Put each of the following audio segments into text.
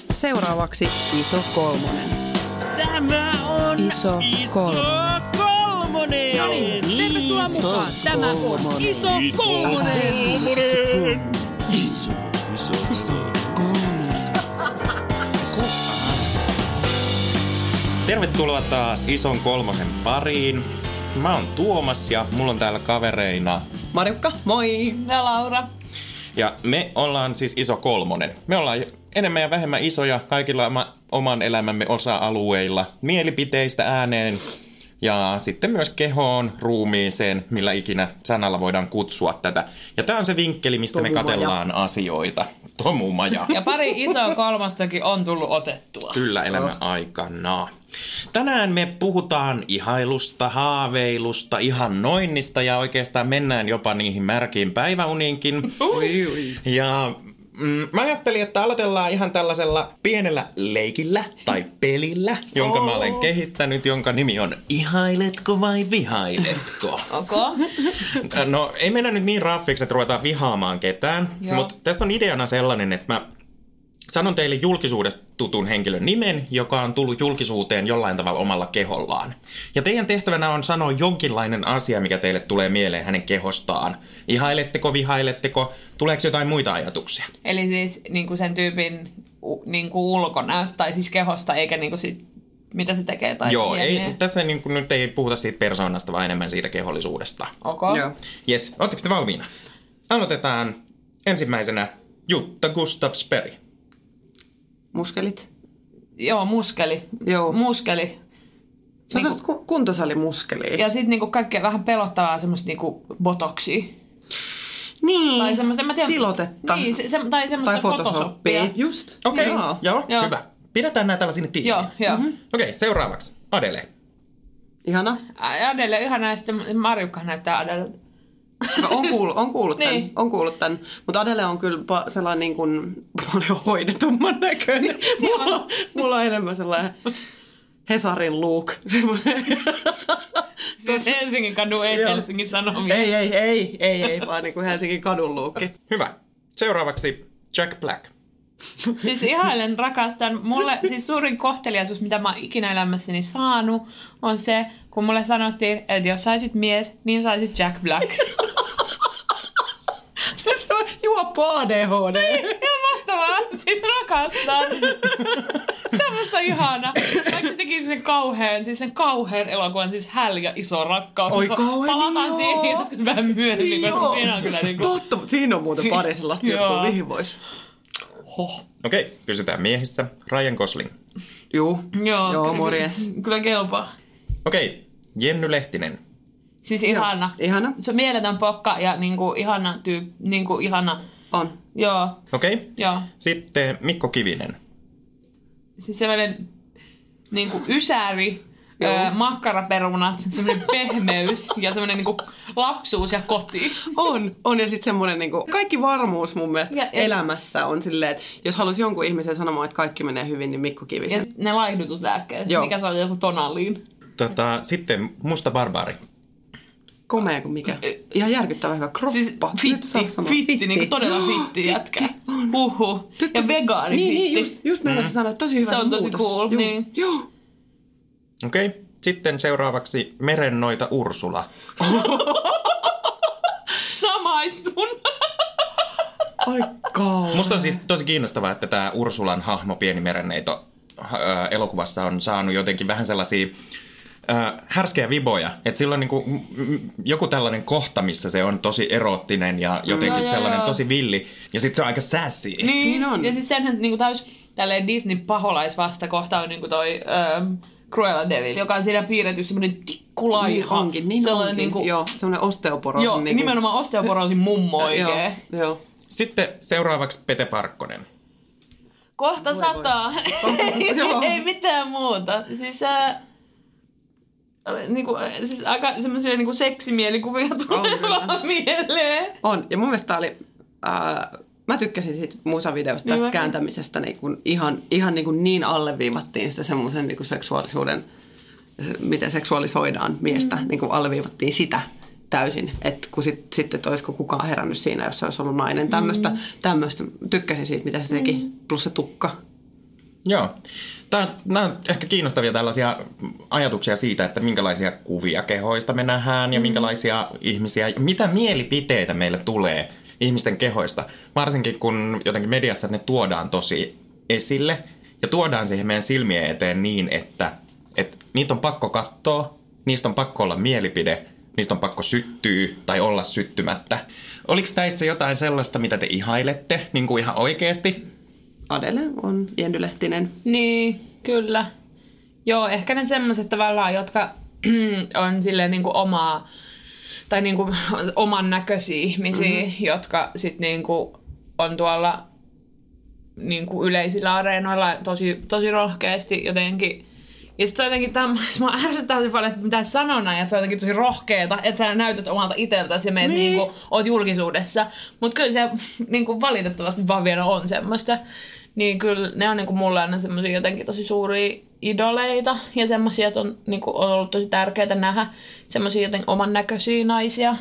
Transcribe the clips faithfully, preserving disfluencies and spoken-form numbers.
Seuraavaksi Iso Kolmonen. Tämä on Iso, iso Kolmonen. Kolmonen. No niin, tervetuloa mukaan. Tämä on Iso Kolmonen. Iso, iso, iso Kolmonen. Tervetuloa taas Ison Kolmosen pariin. Mä oon Tuomas ja mulla on täällä kavereina Marjukka, moi! Ja Laura. ja me ollaan siis Iso Kolmonen. Me ollaan enemmän ja vähemmän isoja kaikilla oma, oman elämämme osa-alueilla, mielipiteistä ääneen ja sitten myös kehoon, ruumiiseen, millä ikinä sanalla voidaan kutsua tätä. Ja tää on se vinkkeli, mistä me katsellaan asioita. Tomumaja. Ja pari isoa kolmastakin on tullut otettua. Kyllä elämän aikana. Tänään me puhutaan ihailusta, haaveilusta, ihannoinnista ja oikeastaan mennään jopa niihin märkiin päiväuniinkin. Ui, ui. Ja mm, mä ajattelin, että aloitellaan ihan tällaisella pienellä leikillä tai pelillä, jonka mä olen kehittänyt, jonka nimi on Ihailetko vai vihailetko? Okay. No ei mennä nyt niin raffiksi, että ruvetaan vihaamaan ketään, mutta tässä on ideana sellainen, että mä sanon teille julkisuudesta tutun henkilön nimen, joka on tullut julkisuuteen jollain tavalla omalla kehollaan. Ja teidän tehtävänä on sanoa jonkinlainen asia, mikä teille tulee mieleen hänen kehostaan. Ihailetteko, vihailetteko, tuleeko jotain muita ajatuksia? Eli siis niinku sen tyypin niinku ulkonäöstä tai siis kehosta, eikä niinku sit, mitä se tekee. Tai Joo, ei, ei, tässä niin kuin, nyt ei puhuta siitä persoonasta, vaan enemmän siitä kehollisuudesta. Okay. Joo. Jes, ootteko te valmiina? Aloitetaan ensimmäisenä Jutta Gustafsberg. Muskelit. Joo, muskeli. Joo. Muskeli. Se on sellaista ku- kuntosalimuskelia. Ja sitten niinku kaikkea vähän pelottavaa semmoista niinku botoksia. Niin, Tai semmoista, en mä tiedä. silotetta. Niin, se, se, tai semmoista Tai Photoshopia. Just. Okei, okay, Joo. joo, Joo. hyvä. Pidetään nämä tällä sinne tiimiin. Joo, joo. Mhm. Okei, okay, seuraavaksi Adele. Ihana. Adele, ihanaa, ja sitten Marjukka näyttää Adelelta. On kuullut, on kuullut tämän. Niin. On kuullut tämän. Mutta Adele on kyllä pa- sellainen niin kuin paljon hoidetumman näköinen. Mulla, on- mulla on enemmän sellainen Hesarin look. Semmoinen. Siis Helsingin kadu, ei Joo. Helsingin Sanomia. Ei, ei, ei, ei, ei, vaan niin kuin Helsingin kadun luukki. Hyvä. Seuraavaksi Jack Black. Siis ihailen, rakastan. Mulle siis suurin kohteliaisuus, mitä mä oon ikinä elämässäni saanut, on se, kun mulle sanottiin, että jos saisit mies, niin saisit Jack Black. Se on juoppo A D H D. Ihan mahtavaa. Siis rakastan. Se on musta ihana. Vaikka se teki sen kauhean, siis sen kauhean elokuvan, siis Häl ja iso rakkaus. Oi Mutta kauhean, palataan joo. siihen joskus vähän myöhemmin, koska Joo. siinä on kyllä niinku... Totta, mutta siinä on muuten pari sellaista Joo. juttua, mihin vois. Hoh. Okei, okay, pysytään miehissä. Ryan Gosling. Juu, Joo, joo kyllä- morjes. Kyllä kelpaa. Okei, okay, Jenny Lehtinen. Siis ihana. Ihana. Se on mieletön pokka ja niinku ihana tyyp, niinku ihana. On. Joo, Okei. Okay. joo. Sitten Mikko Kivinen. Siis semmoinen niinku ysäri, Joo. ö, makkaraperunat, semmoinen pehmeys ja semmoinen niinku lapsuus ja koti. On, on. Ja sitten semmoinen niinku, kaikki varmuus mun mielestä Ja- ja- elämässä on silleen, että jos haluaisi jonkun ihmisen sanomaan, että kaikki menee hyvin, niin Mikko Ja Kivisen. sit ne laihdutuslääkkeet, Joo. mikä se oli joku tonaliin. Tota, sitten Musta Barbaari. Komea kuin mikä. Ihan järkyttävä hyvä kroppa. Siis Nyt fitti, saa sanoa. fitti, niinku todella fitti jätkä. Uhu. Ja Tykkäsin- vegaani niin, fitti. niin, just, just näin mm. sanoa, että tosi hyvä Se on tosi muutos. cool, Joo. niin. Joo. Okei. Okay. Sitten seuraavaksi Merennoita Ursula. Samaistun. Ai kauan. Musta on siis tosi kiinnostavaa, että tämä Ursulan hahmo Pieni merenneito ää, elokuvassa on saanut jotenkin vähän sellaisia ää, härskejä viboja. Että sillä on niinku, m- m- joku tällainen kohta, missä se on tosi eroottinen ja jotenkin Joo, sellainen joo. tosi villi. Ja sitten se on aika sassy. Niin, Niin on. Ja siis senhän niinku täys tälleen Disney-paholaisvastakohta on niinku toi ähm, Cruella Devil, joka on siinä piirretty semmoinen tikkulaiha. Niin onkin, niin sellainen onkin. Niinku, Joo, semmoinen osteoporosi. joo, niin nimenomaan osteoporoosin mummo oikee. Joo, joo. Sitten seuraavaksi Pete Parkkonen. Kohta Voi, sataa. ei, Joo. ei mitään muuta. Siis, äh, niinku, siis aika semmoisia niinku seksimielikuvia tulee kyllä. vaan mieleen. On. Ja mun mielestä tää oli... Ää, mä tykkäsin siitä musavideosta, tästä Niin kääntämisestä. Niin, kun ihan ihan niin, kuin niin alleviivattiin sitä semmoisen niin kuin seksuaalisuuden, miten seksuaalisoidaan miestä. Mm. Niin kuin alleviivattiin sitä täysin. Että kun sit, sitten, että olisiko kukaan herännyt siinä, jos se olisi ollut nainen. Tämmöistä, mm. tämmöistä. Tykkäsin siitä, mitä se teki. Mm. Plus se tukka. Joo. Nämä on ehkä kiinnostavia tällaisia ajatuksia siitä, että minkälaisia kuvia kehoista me nähdään ja minkälaisia ihmisiä, mitä mielipiteitä meille tulee ihmisten kehoista. Varsinkin kun jotenkin mediassa ne tuodaan tosi esille ja tuodaan siihen meidän silmien eteen niin, että, että niitä on pakko katsoa, niistä on pakko olla mielipide, niistä on pakko syttyä tai olla syttymättä. Oliko tässä jotain sellaista, mitä te ihailette niin kuin ihan oikeasti? Adele on Jenny Lehtinen. Niin, kyllä. Joo, ehkä ne semmoiset tavallaan, jotka on silleen niinku omaa, tai niinku oman näköisiä ihmisiä, mm-hmm. jotka sit niinku on tuolla niinku yleisillä areenoilla tosi, tosi rohkeasti jotenkin. Ja sit se on jotenkin, mä ärsyttää tosi paljon, että mitä sanona, että se on jotenkin tosi rohkeeta, että sä näytät omalta iteltäsi ja meet niin. niinku, oot julkisuudessa. Mutta kyllä se niinku valitettavasti vaan vielä on semmoista. Niin kyllä ne on niinku mulle aina semmosia jotenkin tosi suuria idoleita ja semmosia, että on, niinku, on ollut tosi tärkeää nähdä semmosia jotenkin oman näköisiä naisia.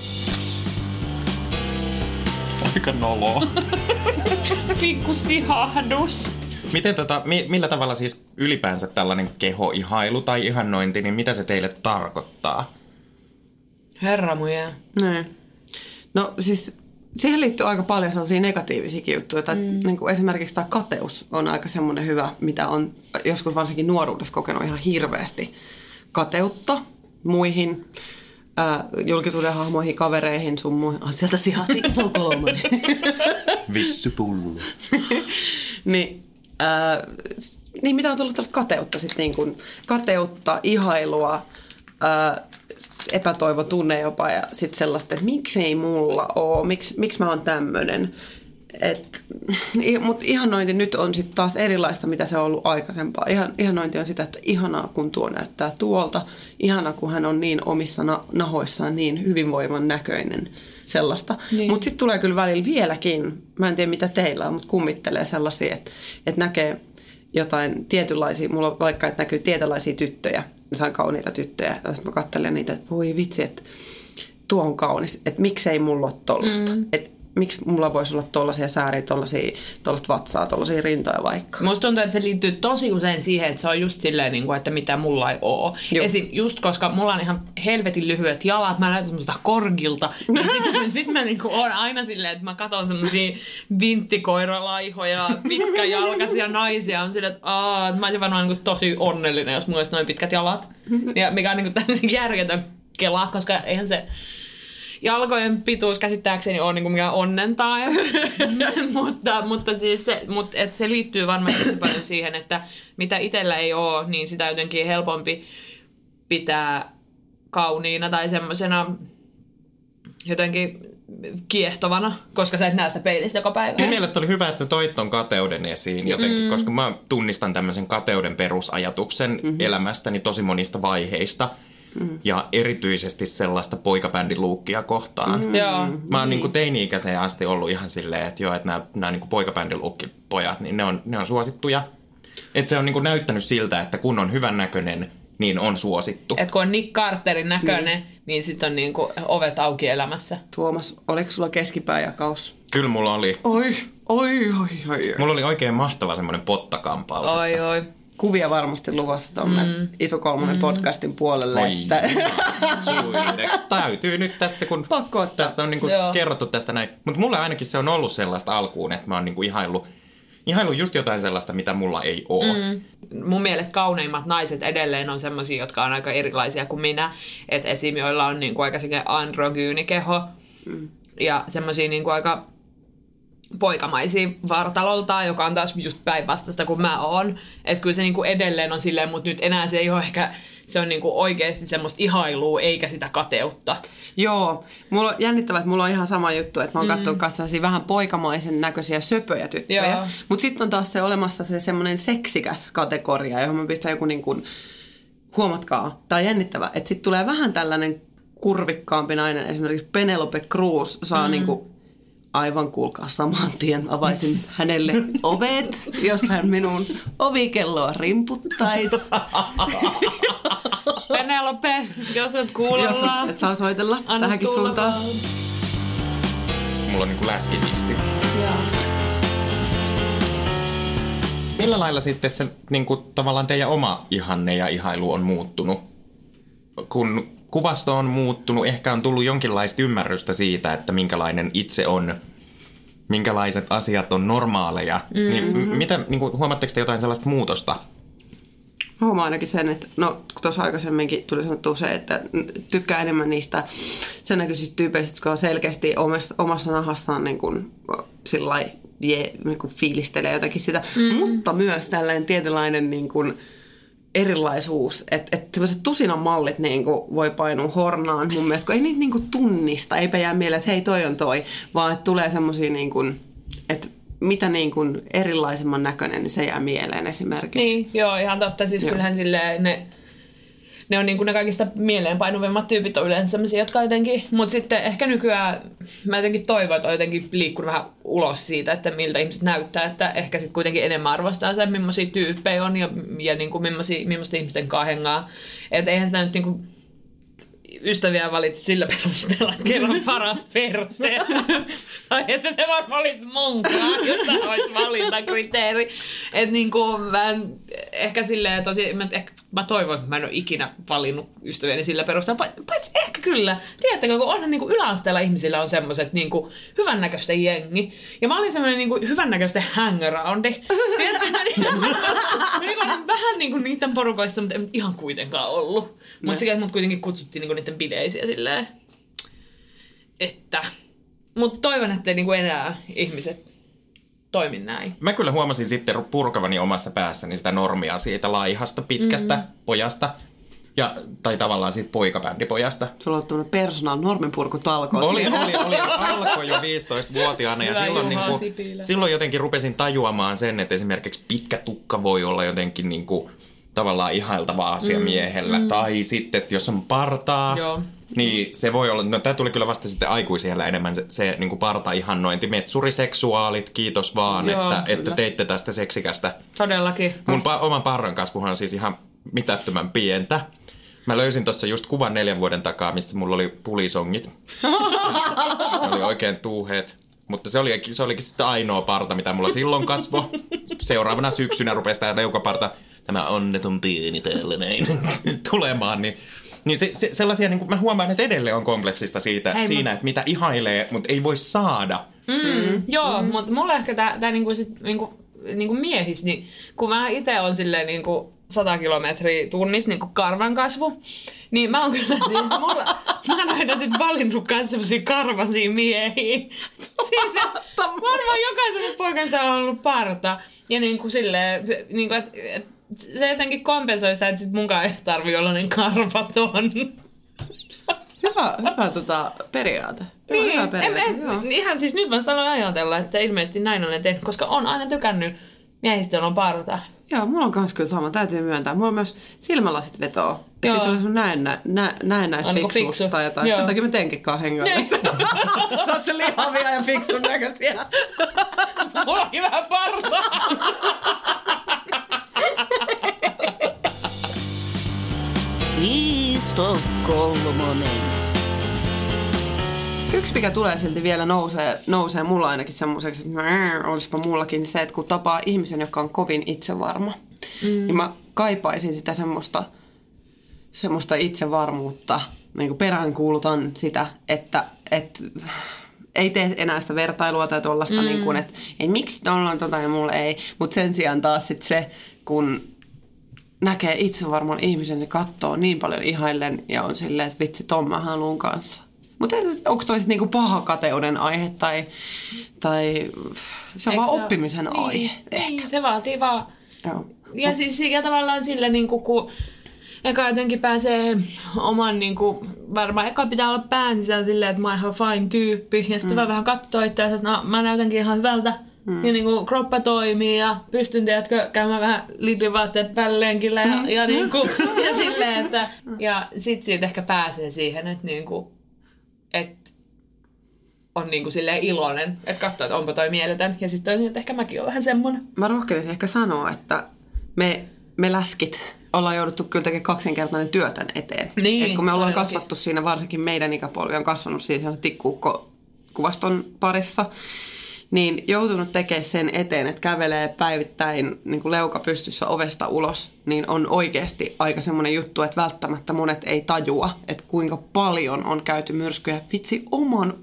Aika noloa. Pikku sihahdus. Miten tota, mi, millä tavalla siis ylipäänsä tällainen kehoihailu tai ihannointi, niin mitä se teille tarkoittaa? Herra muja. Niin. No siis siihen liittyy aika paljon sellaisia negatiivisiakin juttuja. Mm. Niin kuin esimerkiksi tämä kateus on aika semmoinen hyvä, mitä on joskus varsinkin nuoruudessa kokenut ihan hirveästi. Kateutta muihin äh, julkisuuden hahmoihin, kavereihin, sun muihin. Ah, sieltä sihahti iso kolmonen. Vissypullo. niin, äh, niin mitä on tullut tällaista kateutta sitten niin kuin kateutta, ihailua, äh, epätoivotunne jopa ja sitten sellaista, että miksei mulla ole, miksi, miksi mä oon tämmönen. Mutta ihannointi nyt on sitten taas erilaista, mitä se on ollut aikaisempaa. Ihan, ihannointi on sitä, että ihanaa kun tuo näyttää tuolta, ihanaa kun hän on niin omissa na- nahoissaan niin hyvinvoivan näköinen sellaista. Niin. Mutta sitten tulee kyllä välillä vieläkin, mä en tiedä mitä teillä on, mutta kummittelee sellaisia, että, että näkee jotain tietynlaisia, mulla on vaikka, että näkyy tietynlaisia tyttöjä, sain kauniita tyttöjä, ja sitten mä katselen niitä, että voi vitsi, että tuo on kaunis, että miksei mulla ole tollasta, mm. että miksi mulla voisi olla tollaisia sääriä, tollaisia, tollasta vatsaa, tollaisia rintoja vaikka. Musta tuntuu, että se liittyy tosi usein siihen, että se on just silleen, että mitä mulla ei oo. Esim, just koska mulla on ihan helvetin lyhyet jalat, mä näytän semmoista korgilta, niin sit, sit mä niinku oon aina silleen, että mä katson semmosia vinttikoiralaihoja, pitkäjalkaisia naisia, on silleen, että aah, mä olisin varmaan niinku tosi onnellinen, jos mulla olisi noin pitkät jalat. Ja mikä on niinku tämmöisen järjetön kela, koska eihän se jalkojen pituus käsittääkseni on niinku mikään onnentaaja, mutta, mutta, siis se, mutta et se liittyy varmaan tosi paljon siihen, että mitä itsellä ei ole, niin sitä jotenkin helpompi pitää kauniina tai semmoisena jotenkin kiehtovana, koska sä et näe sitä peilistä joka päivä. Mun mielestä oli hyvä, että sä toit ton kateuden esiin jotenkin, mm. koska mä tunnistan tämmöisen kateuden perusajatuksen mm-hmm. elämästäni tosi monista vaiheista. Mm. Ja erityisesti sellaista poikabändiluukkia kohtaan. Mm. Joo. Mä oon niin. niin teini-ikäiseen asti ollut ihan silleen, että joo, että nämä, nämä niin poikabändiluukkipojat, niin ne on, ne on suosittuja. Että se on niin näyttänyt siltä, että kun on hyvän näköinen, niin on suosittu. Että kun on Nick Carterin näköinen, niin, niin sitten on niin ovet auki elämässä. Tuomas, oliko sulla keskipääjakaus? Kyllä mulla oli. Oi, oi, oi, oi. Mulla oli oikein mahtava semmoinen pottakampaus. Oi, oi. Kuvia varmasti luvassa tuonne mm. Iso Kolmonen mm. podcastin puolelle. Oi, että... täytyy nyt tässä, kun tästä on niinku kerrottu tästä näin. Mutta mulle ainakin se on ollut sellaista alkuun, että mä oon niinku ihaillut, ihaillut just jotain sellaista, mitä mulla ei ole. Mm. Mun mielestä kauneimmat naiset edelleen on semmosia, jotka on aika erilaisia kuin minä. Että esim. Joilla on niinku aika sellainen androgyynikeho mm. ja semmosia niinku aika poikamaisia vartaloltaan, joka on taas just päinvastaista kuin mä oon. Että kyllä se niinku edelleen on silleen, mutta nyt enää se ei ole ehkä, se on niinku oikeasti semmoista ihailua, eikä sitä kateutta. Joo, mulla on jännittävää, että mulla on ihan sama juttu, että mä oon mm. katsonut katsoisia vähän poikamaisen näköisiä söpöjä tyttöjä. Mutta sitten on taas se olemassa se semmoinen seksikäs kategoria, johon mä pistän joku niin kuin, huomatkaa, tää on jännittävää, että sitten tulee vähän tällainen kurvikkaampi nainen, esimerkiksi Penelope Cruz saa mm. niin kuin aivan kuulkaa saman tien avaisin hänelle ovet, jos hän minun ovikelloa rimputtaisi. Penelope, jos et kuulolla. Jos et saa soitella Anna tähänkin suuntaan. Vaan. Mulla on niinku läskivissi. millä lailla sitten se niin kuin, tavallaan teidän oma ihanne ja ihailu on muuttunut? Kun kuvasto on muuttunut, ehkä on tullut jonkinlaista ymmärrystä siitä, että minkälainen itse on, minkälaiset asiat on normaaleja. Mm-hmm. Niin, mitä, niin kuin, huomaatteko te jotain sellaista muutosta? Huomaan ainakin sen, että no tuossa aikaisemminkin tuli sanottua se, että tykkää enemmän niistä sen näköisistä tyypeistä, jotka on selkeästi omassa, omassa nahastaan niin kuin, sillai, je, niin kuin fiilistelee jotakin sitä, mm. mutta myös tällainen tietynlainen niin kuin, erilaisuus, että et sellaiset tusinan mallit niin kuin, voi painua hornaan mun mielestä, kun ei niitä niin kuin, tunnista, eipä jää mieleen, että hei toi on toi, vaan että tulee semmosia niin kuin, että mitä niin kuin erilaisemman näköinen, niin se jää mieleen esimerkiksi. Niin, joo, ihan totta. Siis joo. Kyllähän silleen ne, ne on niin kuin ne kaikista mieleenpainuvimmat tyypit on yleensä sellaisia, jotka jotenkin, mutta sitten ehkä nykyään mä jotenkin toivon, että on jotenkin liikkunut vähän ulos siitä, että miltä ihmiset näyttää, että ehkä sitten kuitenkin enemmän arvostaa sen, millaisia tyyppejä on ja, ja niin kuin millaisia, millaista ihmisten kanssa. Että eihän sitä nyt niin kuin ystäviä valitsi sillä perusteella, että kello on paras perse. Tai että ne varmaan olisi munkaan, jos tämä olisi valintakriteeri. Että niinku mä en, ehkä silleen tosi, mä, ehkä, mä toivon, että mä en ole ikinä valinnut ystäviäni sillä perusteella. Paitsi ehkä kyllä. Tiedättekö, kun onhan niinku yläasteella ihmisillä on semmoiset niinku hyvännäköisten jengi. Ja mä olin semmoinen niinku hyvännäköisten hangaroundi. Tiedätkö, mä niinku, niinku, vähän niinku niiden porukoissa, mutta en ihan kuitenkaan ollut. Mutta sekä mut kuitenkin kutsuttiin niinku niiden bileisiä silleen, että... Mutta toivon, ettei niinku enää ihmiset toimi näin. Mä kyllä huomasin sitten purkavani omassa päässäni sitä normia siitä laihasta, pitkästä mm-hmm. pojasta. Ja, tai tavallaan siitä poikabändipojasta. Sulla on tämmöinen personal norminpurkutalko. Oli, oli, oli. Alkoi jo viisitoistavuotiaana ja silloin, niin kuin, silloin jotenkin rupesin tajuamaan sen, että esimerkiksi pitkä tukka voi olla jotenkin niin kuin, tavallaan ihailtava asia mm, miehellä. Mm. Tai sitten, että jos on partaa, joo. niin se voi olla, no tämä tuli kyllä vasta sitten aikuisiellä enemmän se, se niin kuin parta-ihannointi. Metsuriseksuaalit, kiitos vaan, joo, että, että teitte tästä seksikästä. Todellakin. Mun pa- oman parran kasvuhan on siis ihan mitättömän pientä. Mä löysin tuossa just kuvan neljän vuoden takaa, missä mulla oli pulisongit. Ne oli oikein tuuheet. Mutta se, oli, se olikin sitten ainoa parta, mitä mulla silloin kasvoi. Seuraavana syksynä rupesi tämä leukaparta, tämä onneton pieni täällä näin, tulemaan. Niin, niin se, se, sellaisia, niin kuin mä huomaan, että edelleen on kompleksista siitä, Hei, siinä, mut... että mitä ihailee, mutta ei voi saada. Mm, mm. Joo, mm. mutta mulla ehkä tämä niinku, niinku, niinku miehis, niin kun mä itse on silleen... Niinku, sata kilometriä tunnissa, niin kuin karvan kasvu. Niin mä oon kyllä siis, mulla, mä oon aina sit valinnut kans semmosia karvasia miehiä. Siis varmaan jokaisen poikansa on ollut parta. Ja niin kuin silleen, niin kuin, että et, se jotenkin kompensoi sitä, että sit munkaan ei tarvii olla niin karvaton. Hyvä, hyvä tota, periaate. Hyvä, niin, hyvä periaate, en, en, ihan siis nyt mä sanon ajatella, että ilmeisesti näin olen tehnyt, koska on aina tykännyt miehistä, joilla on parta. Joo, mulla on kans kyllä sama, täytyy myöntää. Mulla on myös silmälasit vetoo. Ja sit on sun näennä, nä, näennäisfiksuus tai jotain. Joo. Sen takia mä teenkin kahdenkaan. Sä oot se lihavia ja fiksun näköisiä. Mulla onkin vähän partaa. Isto kolmonen. Yksi, mikä tulee silti vielä nousee, nousee mulla ainakin semmoiseksi, että mä, olisipa mullakin se, että kun tapaa ihmisen, joka on kovin itsevarma, mm. niin mä kaipaisin sitä semmoista, semmoista itsevarmuutta, niin kuin peräänkuulutan sitä, että, että ei tee enää sitä vertailua tai tollaista, mm. niin kuin, että ei miksi tuolla on tota ja mulle ei, mutta sen sijaan taas sit se, kun näkee itsevarman ihmisen, niin katsoo niin paljon ihaillen ja on silleen, että vitsi, ton mä haluun kanssa. Mutta onko toi sitten niinku paha kateuden aihe tai, tai se on Eikö vaan se oppimisen niin, aihe ehkä? Niin, se vaatii vaan. Joo. Ja, siis, ja tavallaan sille, niinku, kun eka jotenkin pääsee oman, niinku, varmaan eka pitää olla pään sisällä silleen, että mä oon ihan fine tyyppi. Ja sitten mm. vähän katsoo itseänsä, että no, mä näytänkin ihan hyvältä. Mm. Ja niinku kroppa toimii ja pystyn, tiedätkö, käymään vähän Lidlin vaatteet pälleenkillä ja, mm. ja, niinku, ja silleen, että ja sit siitä ehkä pääsee siihen, että niinku, että on niinku silleen iloinen, että katsoo, että onpa toi mieletön. Ja sitten toisin, että ehkä mäkin olen vähän semmoinen. Mä rohkelisin ehkä sanoa, että me, me läskit ollaan jouduttu kyllä tekemään kaksinkertainen työ tämän eteen. Niin, et kun me ollaan todellakin kasvattu siinä, varsinkin meidän ikäpolvi on kasvanut siinä tikkuukko-kuvaston parissa. niin joutunut tekemään sen eteen, että kävelee päivittäin niin kuin leuka pystyssä ovesta ulos, niin on oikeasti aika semmoinen juttu, että välttämättä monet ei tajua, että kuinka paljon on käyty myrskyjä vitsi oman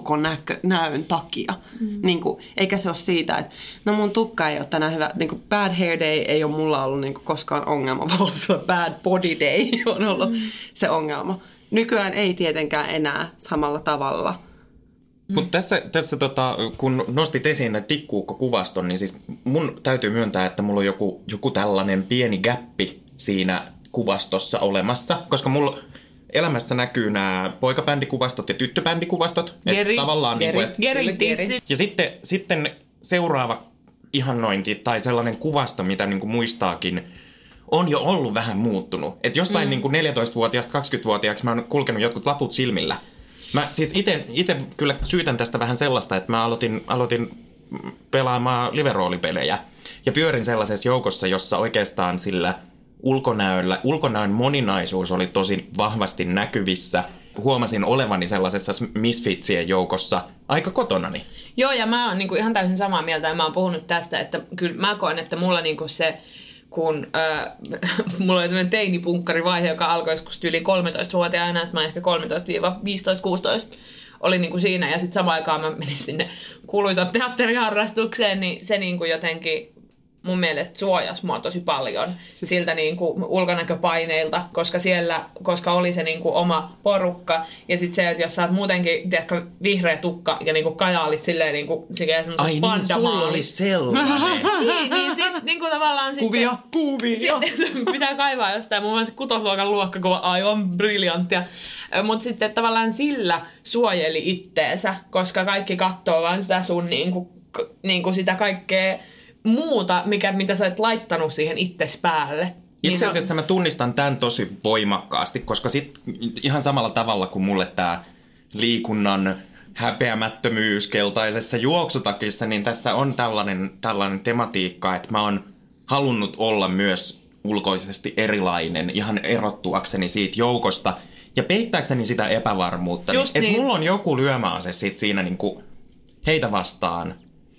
ulkonäön takia. Mm. Niin kuin, eikä se ole siitä, että no mun tukka ei ole tänään hyvä, niin kuin bad hair day ei ole mulla ollut niin kuin koskaan ongelma, vaan ollut se bad body day on ollut mm. se ongelma. Nykyään ei tietenkään enää samalla tavalla. Mm. Mutta tässä, tässä tota, kun nostit esiin tikkuukko-kuvaston, niin siis mun täytyy myöntää, että mulla on joku, joku tällainen pieni gäppi siinä kuvastossa olemassa, koska mulla elämässä näkyy nämä poikabändikuvastot ja tyttöbändikuvastot. Geri, tavallaan Geri, niin kuin, Geri, Geri. Ja sitten, sitten seuraava ihannointi tai sellainen kuvasto, mitä niin kuin muistaakin, on jo ollut vähän muuttunut. Että jostain mm. niin kuin neljätoistavuotiaasta kaksikymmentävuotiaaksi mä oon kulkenut jotkut laput silmillä. Mä siis ite kyllä syytän tästä vähän sellaista, että mä aloitin, aloitin pelaamaan live-roolipelejä ja pyörin sellaisessa joukossa, jossa oikeastaan sillä ulkonäöllä, ulkonäön moninaisuus oli tosi vahvasti näkyvissä. Huomasin olevani sellaisessa misfitsien joukossa aika kotonani. Joo, ja mä oon niinku ihan täysin samaa mieltä ja mä oon puhunut tästä, että kyllä mä koen, että mulla niinku se kun äh, mulla oli tämmöinen teinipunkkarivaihe, joka alkoi joskus yli kolmetoistavuotiaana, sitten mä ehkä kolmetoista viisitoista kuusitoista oli niinku siinä, ja sitten samaan aikaan mä menin sinne kuuluisaan teatteriharrastukseen, niin se niinku jotenkin mun mielestä suojasi mua tosi paljon siis siltä niinku ulkonäköpaineilta, koska siellä, koska oli se niinku oma porukka, ja sitten se, että jos sä oot muutenkin, tiedätkö, vihreä tukka, ja niinku kajaalit silleen niinku semmoiset pandamaalit. Ai niin, sulla oli sellainen. niin, niin sit niinku tavallaan sitten Kuvia, kuvia. Sitten pitää kaivaa jostain, mun mielestä kutosluokan luokkakuva aivan briljanttia. Mutta sitten tavallaan sillä suojeli itteensä, koska kaikki katsoo vaan sitä sun niinku, niinku sitä kaikkea muuta, mikä, mitä sä oot laittanut siihen itses päälle. Itse asiassa mä tunnistan tämän tosi voimakkaasti, koska sit ihan samalla tavalla kuin mulle tää liikunnan häpeämättömyys keltaisessa juoksutakissa, niin tässä on tällainen, tällainen tematiikka, että mä oon halunnut olla myös ulkoisesti erilainen, ihan erottuakseni siitä joukosta ja peittääkseni sitä epävarmuutta. Just niin. Että niin. mulla on joku lyömäase sit siinä niinku heitä vastaan.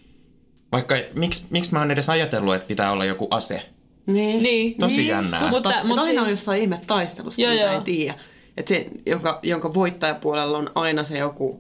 Vaikka miksi, miksi mä oon edes ajatellut, että pitää olla joku ase? Niin. niin. Tosi niin. jännää. Mutta, Mutta, mutta aina siis on jossain ihme taistelussa, joo, mitä joo. ei tiedä. Että se, jonka, jonka voittajapuolella on aina se joku,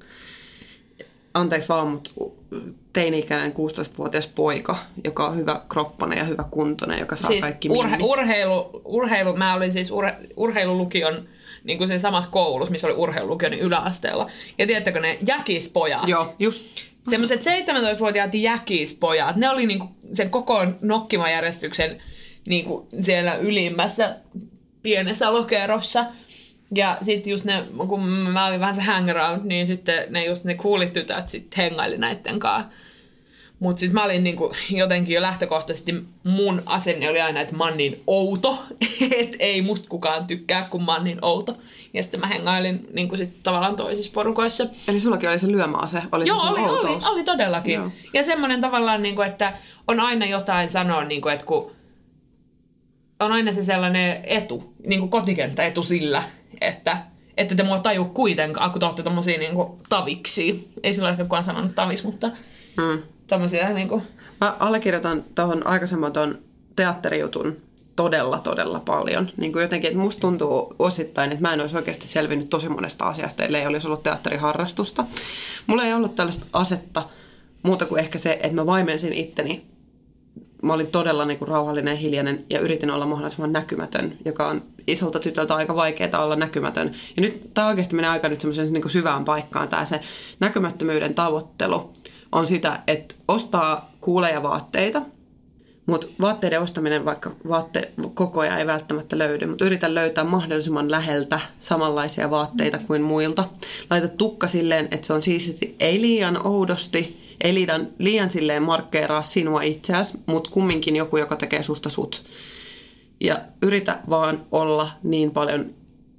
anteeksi vaan, mutta teini-ikäinen kuusitoistavuotias poika, joka on hyvä kroppainen ja hyvä kuntoinen, joka saa siis kaikki urhe- minnit. urheilu, urheilu, mä olin siis urhe, urheilulukion niin kuin sen samassa koulussa, missä oli urheilulukion niin yläasteella. Ja tiedättekö ne jäkispojat? Joo, just. Semmoiset seitsemäntoistavuotiaat jäkispojat, ne oli niinku sen koko nokkimajärjestyksen niinku siellä ylimmässä pienessä lokerossa. Ja sitten just ne, kun mä olin vähän se hangaround, niin sitten ne just ne coolit tytöt sitten hengaili näitten kanssa. Mutta sitten mä olin niinku jotenkin jo lähtökohtaisesti, mun asenne oli aina, että mä oon niin outo, että ei musta kukaan tykkää, kun mä oon niin outo. Ja sitten mä hengailin niinku sit tavallaan toisissa porukoissa. Eli sullakin oli se lyömäase, oli Joo, se sun oli, oli, outous. oli todellakin. Joo. Ja semmoinen tavallaan, niinku, että on aina jotain sanoa, niinku, että kun on aina se sellainen etu, niinku kotikenttäetu sillä, että ette te mua taju kuitenkaan, kun te olette tommosia niinku taviksi. Ei sillä ehkä kukaan sanonut tavis, mutta hmm. tommosia niinku. Mä allekirjoitan tuohon aikaisemman ton teatterijutun todella, todella paljon. Niin kuin jotenkin, että musta tuntuu osittain, että mä en olisi oikeasti selvinnyt tosi monesta asiasta, ellei olisi ollut teatteriharrastusta. Mulla ei ollut tällaista asetta muuta kuin ehkä se, että mä vaimensin itteni. Mä olin todella niin kuin rauhallinen ja hiljainen ja yritin olla mahdollisimman näkymätön, joka on isolta tytöltä aika vaikeaa olla näkymätön. Ja nyt tämä oikeasti menee aika nyt semmoisen niin kuin syvään paikkaan. Tämä se näkymättömyyden tavoittelu on sitä, että ostaa kuuleja vaatteita, mutta vaatteiden ostaminen, vaikka vaatte koko ajan ei välttämättä löydy, mutta yritän löytää mahdollisimman läheltä samanlaisia vaatteita kuin muilta. Laita tukka silleen, että se on siististi, ei liian oudosti, ei liian, liian silleen markkeeraa sinua itseäsi, mutta kumminkin joku, joka tekee susta sut. Ja yritä vaan olla niin paljon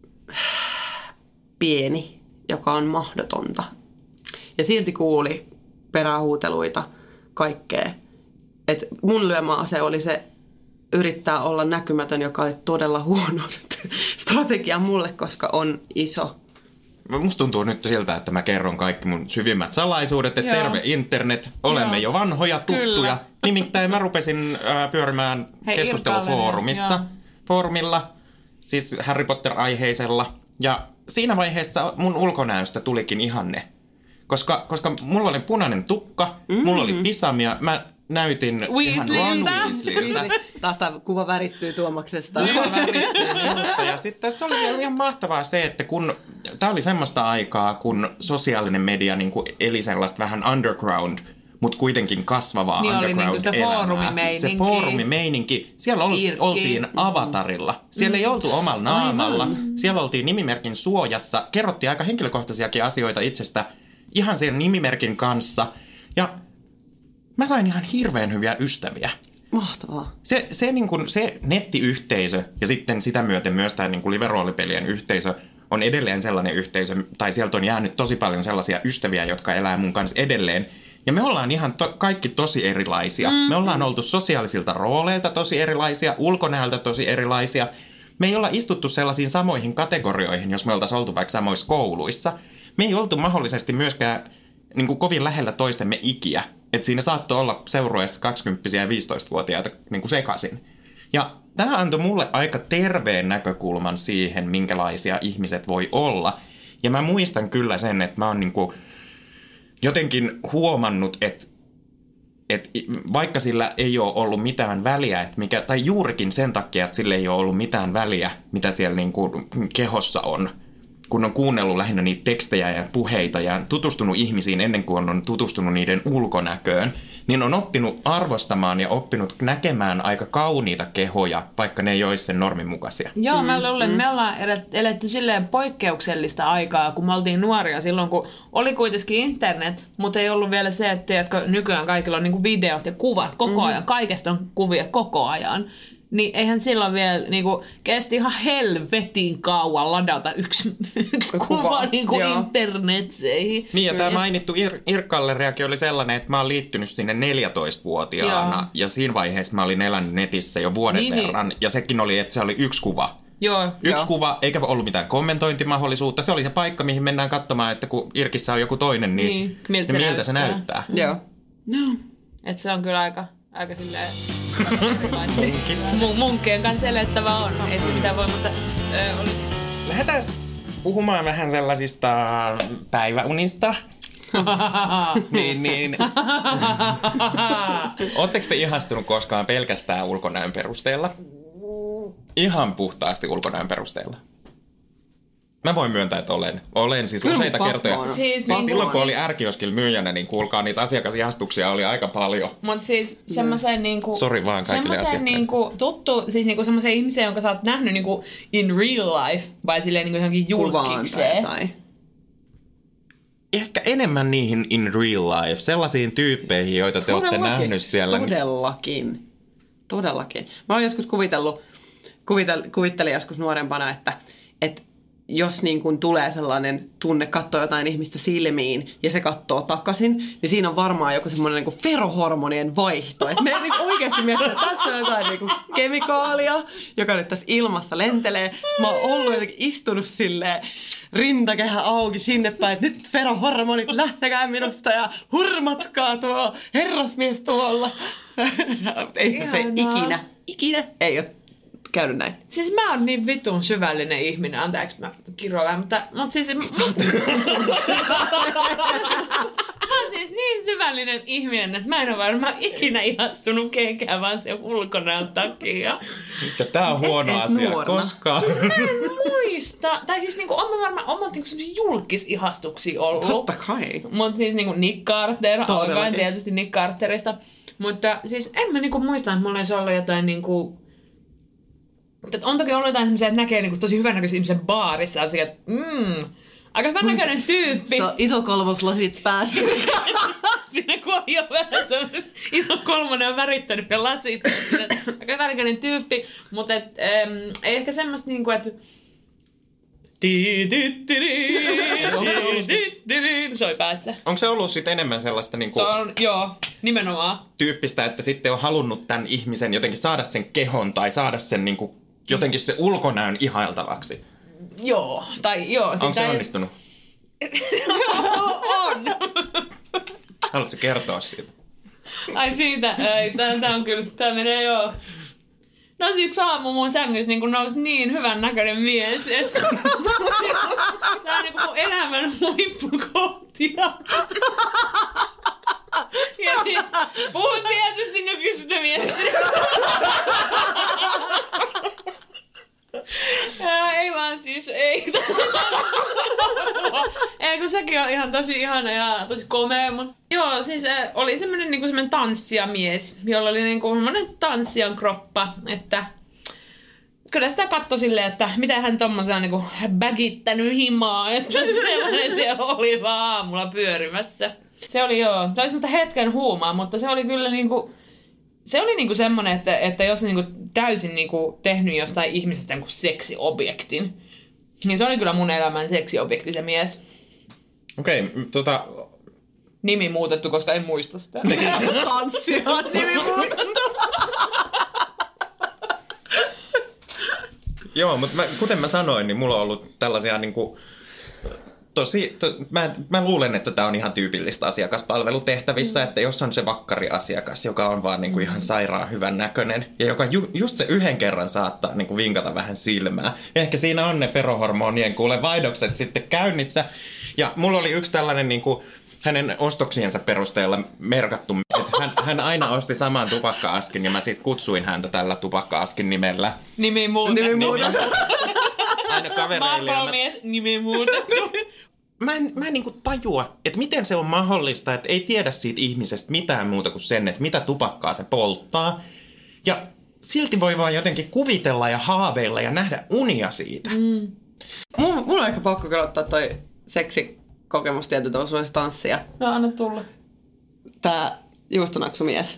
pieni, joka on mahdotonta. Ja silti kuuli perähuuteluita, kaikkea. Et mun lyömäase oli se yrittää olla näkymätön, joka oli todella huono strategia mulle, koska on iso. musta tuntuu nyt siltä, että mä kerron kaikki mun syvimmät salaisuudet, että Joo. terve internet, olemme Joo. jo vanhoja tuttuja. Kyllä. Nimittäin mä rupesin äh, pyörimään Hei, keskustelufoorumissa, Irkallinen, foorumilla, siis Harry Potter-aiheisella. Ja siinä vaiheessa mun ulkonäöstä tulikin ihanne. Koska, koska mulla oli punainen tukka, mm-hmm. mulla oli pisamia, mä näytin Weasleyltä. ihan Ron Weasleyltä. Taas tämä kuva värittyy Tuomaksesta. Kuva värittyy minusta. Ja sitten tässä oli vielä ihan mahtavaa se, että kun tämä oli semmoista aikaa, kun sosiaalinen media niin kuin eli sellaista vähän underground, mutta kuitenkin kasvavaa Niin oli niinku sitä underground-elämää. foorumimeininki. Se foorumimeininki. Siellä ol, oltiin avatarilla. Siellä ei oltu omalla naamalla. Aivan. Siellä oltiin nimimerkin suojassa. Kerrottiin aika henkilökohtaisiakin asioita itsestä ihan sen nimimerkin kanssa. Ja mä sain ihan hirveän hyviä ystäviä. Mahtavaa. Se, se, niin kuin, se nettiyhteisö ja sitten sitä myöten myös tämä niin kuin live-roolipelien yhteisö on edelleen sellainen yhteisö, tai sieltä on jäänyt tosi paljon sellaisia ystäviä, jotka elää mun kanssa edelleen. Ja me ollaan ihan to, kaikki tosi erilaisia. Mm. Me ollaan oltu sosiaalisilta rooleilta tosi erilaisia, ulkonäöltä tosi erilaisia. Me ei olla istuttu sellaisiin samoihin kategorioihin, jos me oltaisiin oltu vaikka samoissa kouluissa. Me ei oltu mahdollisesti myöskään niin kuin kovin lähellä toistemme ikiä. Että siinä saattoi olla seurueessa kaksikymppisiä ja viisitoistavuotiaita niin kuin sekaisin. Ja tämä antoi mulle aika terveen näkökulman siihen, minkälaisia ihmiset voi olla. Ja mä muistan kyllä sen, että mä oon niin kuin jotenkin huomannut, että, että vaikka sillä ei ole ollut mitään väliä, että mikä, tai juurikin sen takia, että sillä ei ole ollut mitään väliä, mitä siellä niin kuin kehossa on, kun on kuunnellut lähinnä niitä tekstejä ja puheita ja tutustunut ihmisiin ennen kuin on tutustunut niiden ulkonäköön, niin on oppinut arvostamaan ja oppinut näkemään aika kauniita kehoja, vaikka ne ei olisi sen normin mukaisia. Joo, mä luulen, mm. me ollaan eletty silleen poikkeuksellista aikaa, kun me oltiin nuoria silloin, kun oli kuitenkin internet, mutta ei ollut vielä se, että tiedätkö, nykyään kaikilla on niinku videot ja kuvat koko ajan, mm. kaikesta on kuvia koko ajan. Niin eihän silloin vielä niinku, kesti ihan helvetin kauan ladata yksi, yksi kuva, kuva niinku internetseihin. Niin ja tämä mainittu Ir- Irk-galleriakin oli sellainen, että mä oon liittynyt sinne neljätoistavuotiaana. Joo. Ja siinä vaiheessa mä olin elänyt netissä jo vuoden niin, verran. Niin. Ja sekin oli, että se oli yksi kuva. Joo, yksi jo. kuva, eikä ollut mitään kommentointimahdollisuutta. Se oli se paikka, mihin mennään katsomaan, että kun Irkissä on joku toinen, niin, niin miltä, se, miltä näyttää. se näyttää. Joo. No. Että se on kyllä aika... Aika silleen mun, munkkien kanssa elettävä on. Ei se mitään voi, mutta... Ö, oli... Lähdetään puhumaan vähän sellaisista päiväunista. niin, niin. Ootteko te ihastunut koskaan pelkästään ulkonäön perusteella? Ihan puhtaasti ulkonäön perusteella. Mä voin myöntää, että olen. Olen siis Kyllä useita kertoja. Siis, siis silloin kun siis... oli R-kioskilla myyjänä, niin kuulkaa, niitä asiakasihastuksia oli aika paljon. Mutta siis semmoiseen niinku... Sori vaan kaikille asiakkaille. Niinku tuttu, siis niinku semmoiseen ihmiseen, jonka sä oot nähnyt niinku in real life, vai silleen niinku johonkin julkikseen. Tai... Ehkä enemmän niihin in real life, sellaisiin tyyppeihin, joita te olette nähnyt siellä. Todellakin. Todellakin. Mä oon joskus kuvitellut, kuvitel, kuvittelin joskus nuorempana, että... että jos niin kun tulee sellainen tunne katsoa jotain ihmistä silmiin ja se katsoo takaisin, niin siinä on varmaan joku semmoinen niin kuin ferohormonien vaihto. Että me niin oikeasti miettii, että tässä on jotain niin kuin kemikaalia, joka nyt tässä ilmassa lentelee. Sitten mä oon ollut jotenkin istunut silleen rintakehä auki sinne päin, että nyt ferohormonit lähtekää minusta ja hurmatkaa tuo herrasmies tuolla. Ei se ikinä, ikinä ei ole käynyt näin. Siis mä oon niin vitun syvällinen ihminen, anteeksi mä kiroan, mutta, mutta siis... mä oon siis niin syvällinen ihminen, että mä en ole varmaan ikinä ihastunut kenkään vaan sen ulkonäön takia. Ja tää on huono et, asia, nuorna. Koska... Siis mä en muista, tai siis niinku, on mä varmaan oman niinku semmosia julkisihastuksia ollut. Totta kai. Mutta siis niinku Nick Carter, alkaen tietysti Nick Carterista. Mutta siis en mä niinku muista, että mulla olisi ollut jotain niinku... On toki ollut jotain sellaisia, että näkee niinku tosi hyvänäköisen ihmisen baarissa. Asiat, että mm, aika hyvänäköinen tyyppi. Sitä iso kolmoslasit päässä. Siinä kun on jo vähän sellaiset iso kolmonen on värittänyt ja lasit. Aika hyvänäköinen tyyppi. Mutta et, ähm, ei ehkä semmoista niinku, että... Soi päässä. Onko se ollut sitten enemmän sellaista niinku... Se on, joo, nimenomaan. Tyyppistä, että sitten on halunnut tämän ihmisen jotenkin saada sen kehon tai saada sen niinku... Jotenkin se ulkonäön ihailtavaksi. Joo, tai joo. Onko se onnistunut? On. Haluatko kertoa siitä? Ai siitä, ei, tää, tää on kyllä, tää menee joo. No yksi aamu mun sängyssä niin nousi niin hyvän näköinen mies, että tää on niin mun elämän huippukohtia. Ja siis puhun tietysti nykyistä miestä. Ää, ei vaan siis, ei. Ei, kun sekin on ihan tosi ihana ja tosi komea, mutta joo, siis äh, oli semmoinen niinku semmoinen tanssijamies, jolla oli niinku semmoinen tanssijan kroppa, että kyllä sitä katsoi silleen, että mitä hän tommosen on niinku bagittänyt himaa, että sellainen siellä oli vaan aamulla pyörimässä. Se oli joo, se oli semmoista hetken huumaa, mutta se oli kyllä niinku, se oli niinku semmoinen, että, että jos niinku täysin niinku tehnyt jostain ihmisestä niinku seksiobjektin, niin se oli kyllä mun elämän seksiobjekti se mies. Okei, okay, tota... Nimi muutettu, koska en muista sitä. Tanssia, nimi muutettu. Joo, mutta mä, kuten mä sanoin, niin mulla on ollut tällaisia niinku... Tosi, to, mä, mä luulen, että tämä on ihan tyypillistä asiakaspalvelutehtävissä, mm. että jos on se vakkariasiakas, joka on vaan niinku ihan sairaan hyvän näköinen ja joka ju, just se yhden kerran saattaa niinku vinkata vähän silmää. Ja ehkä siinä on ne ferohormonien kuule vaihdokset sitten käynnissä. Ja mulla oli yksi tällainen niinku hänen ostoksiensa perusteella merkattu, että hän, hän aina osti saman tupakka-askin ja mä sitten kutsuin häntä tällä tupakka-askin nimellä. Nimi muutettu. Nimi muutettu. Aina kavereille. Marko-mies, nimi muutettu. Mä en, mä en niin kuin tajua, että miten se on mahdollista, että ei tiedä siitä ihmisestä mitään muuta kuin sen, että mitä tupakkaa se polttaa. Ja silti voi vaan jotenkin kuvitella ja haaveilla ja nähdä unia siitä. Mm. Mulla, mulla on ehkä pakko kyllä ottaa toi seksikokemus tietyllä tavalla tanssia. No anna tulla. Tää juustonaksumies.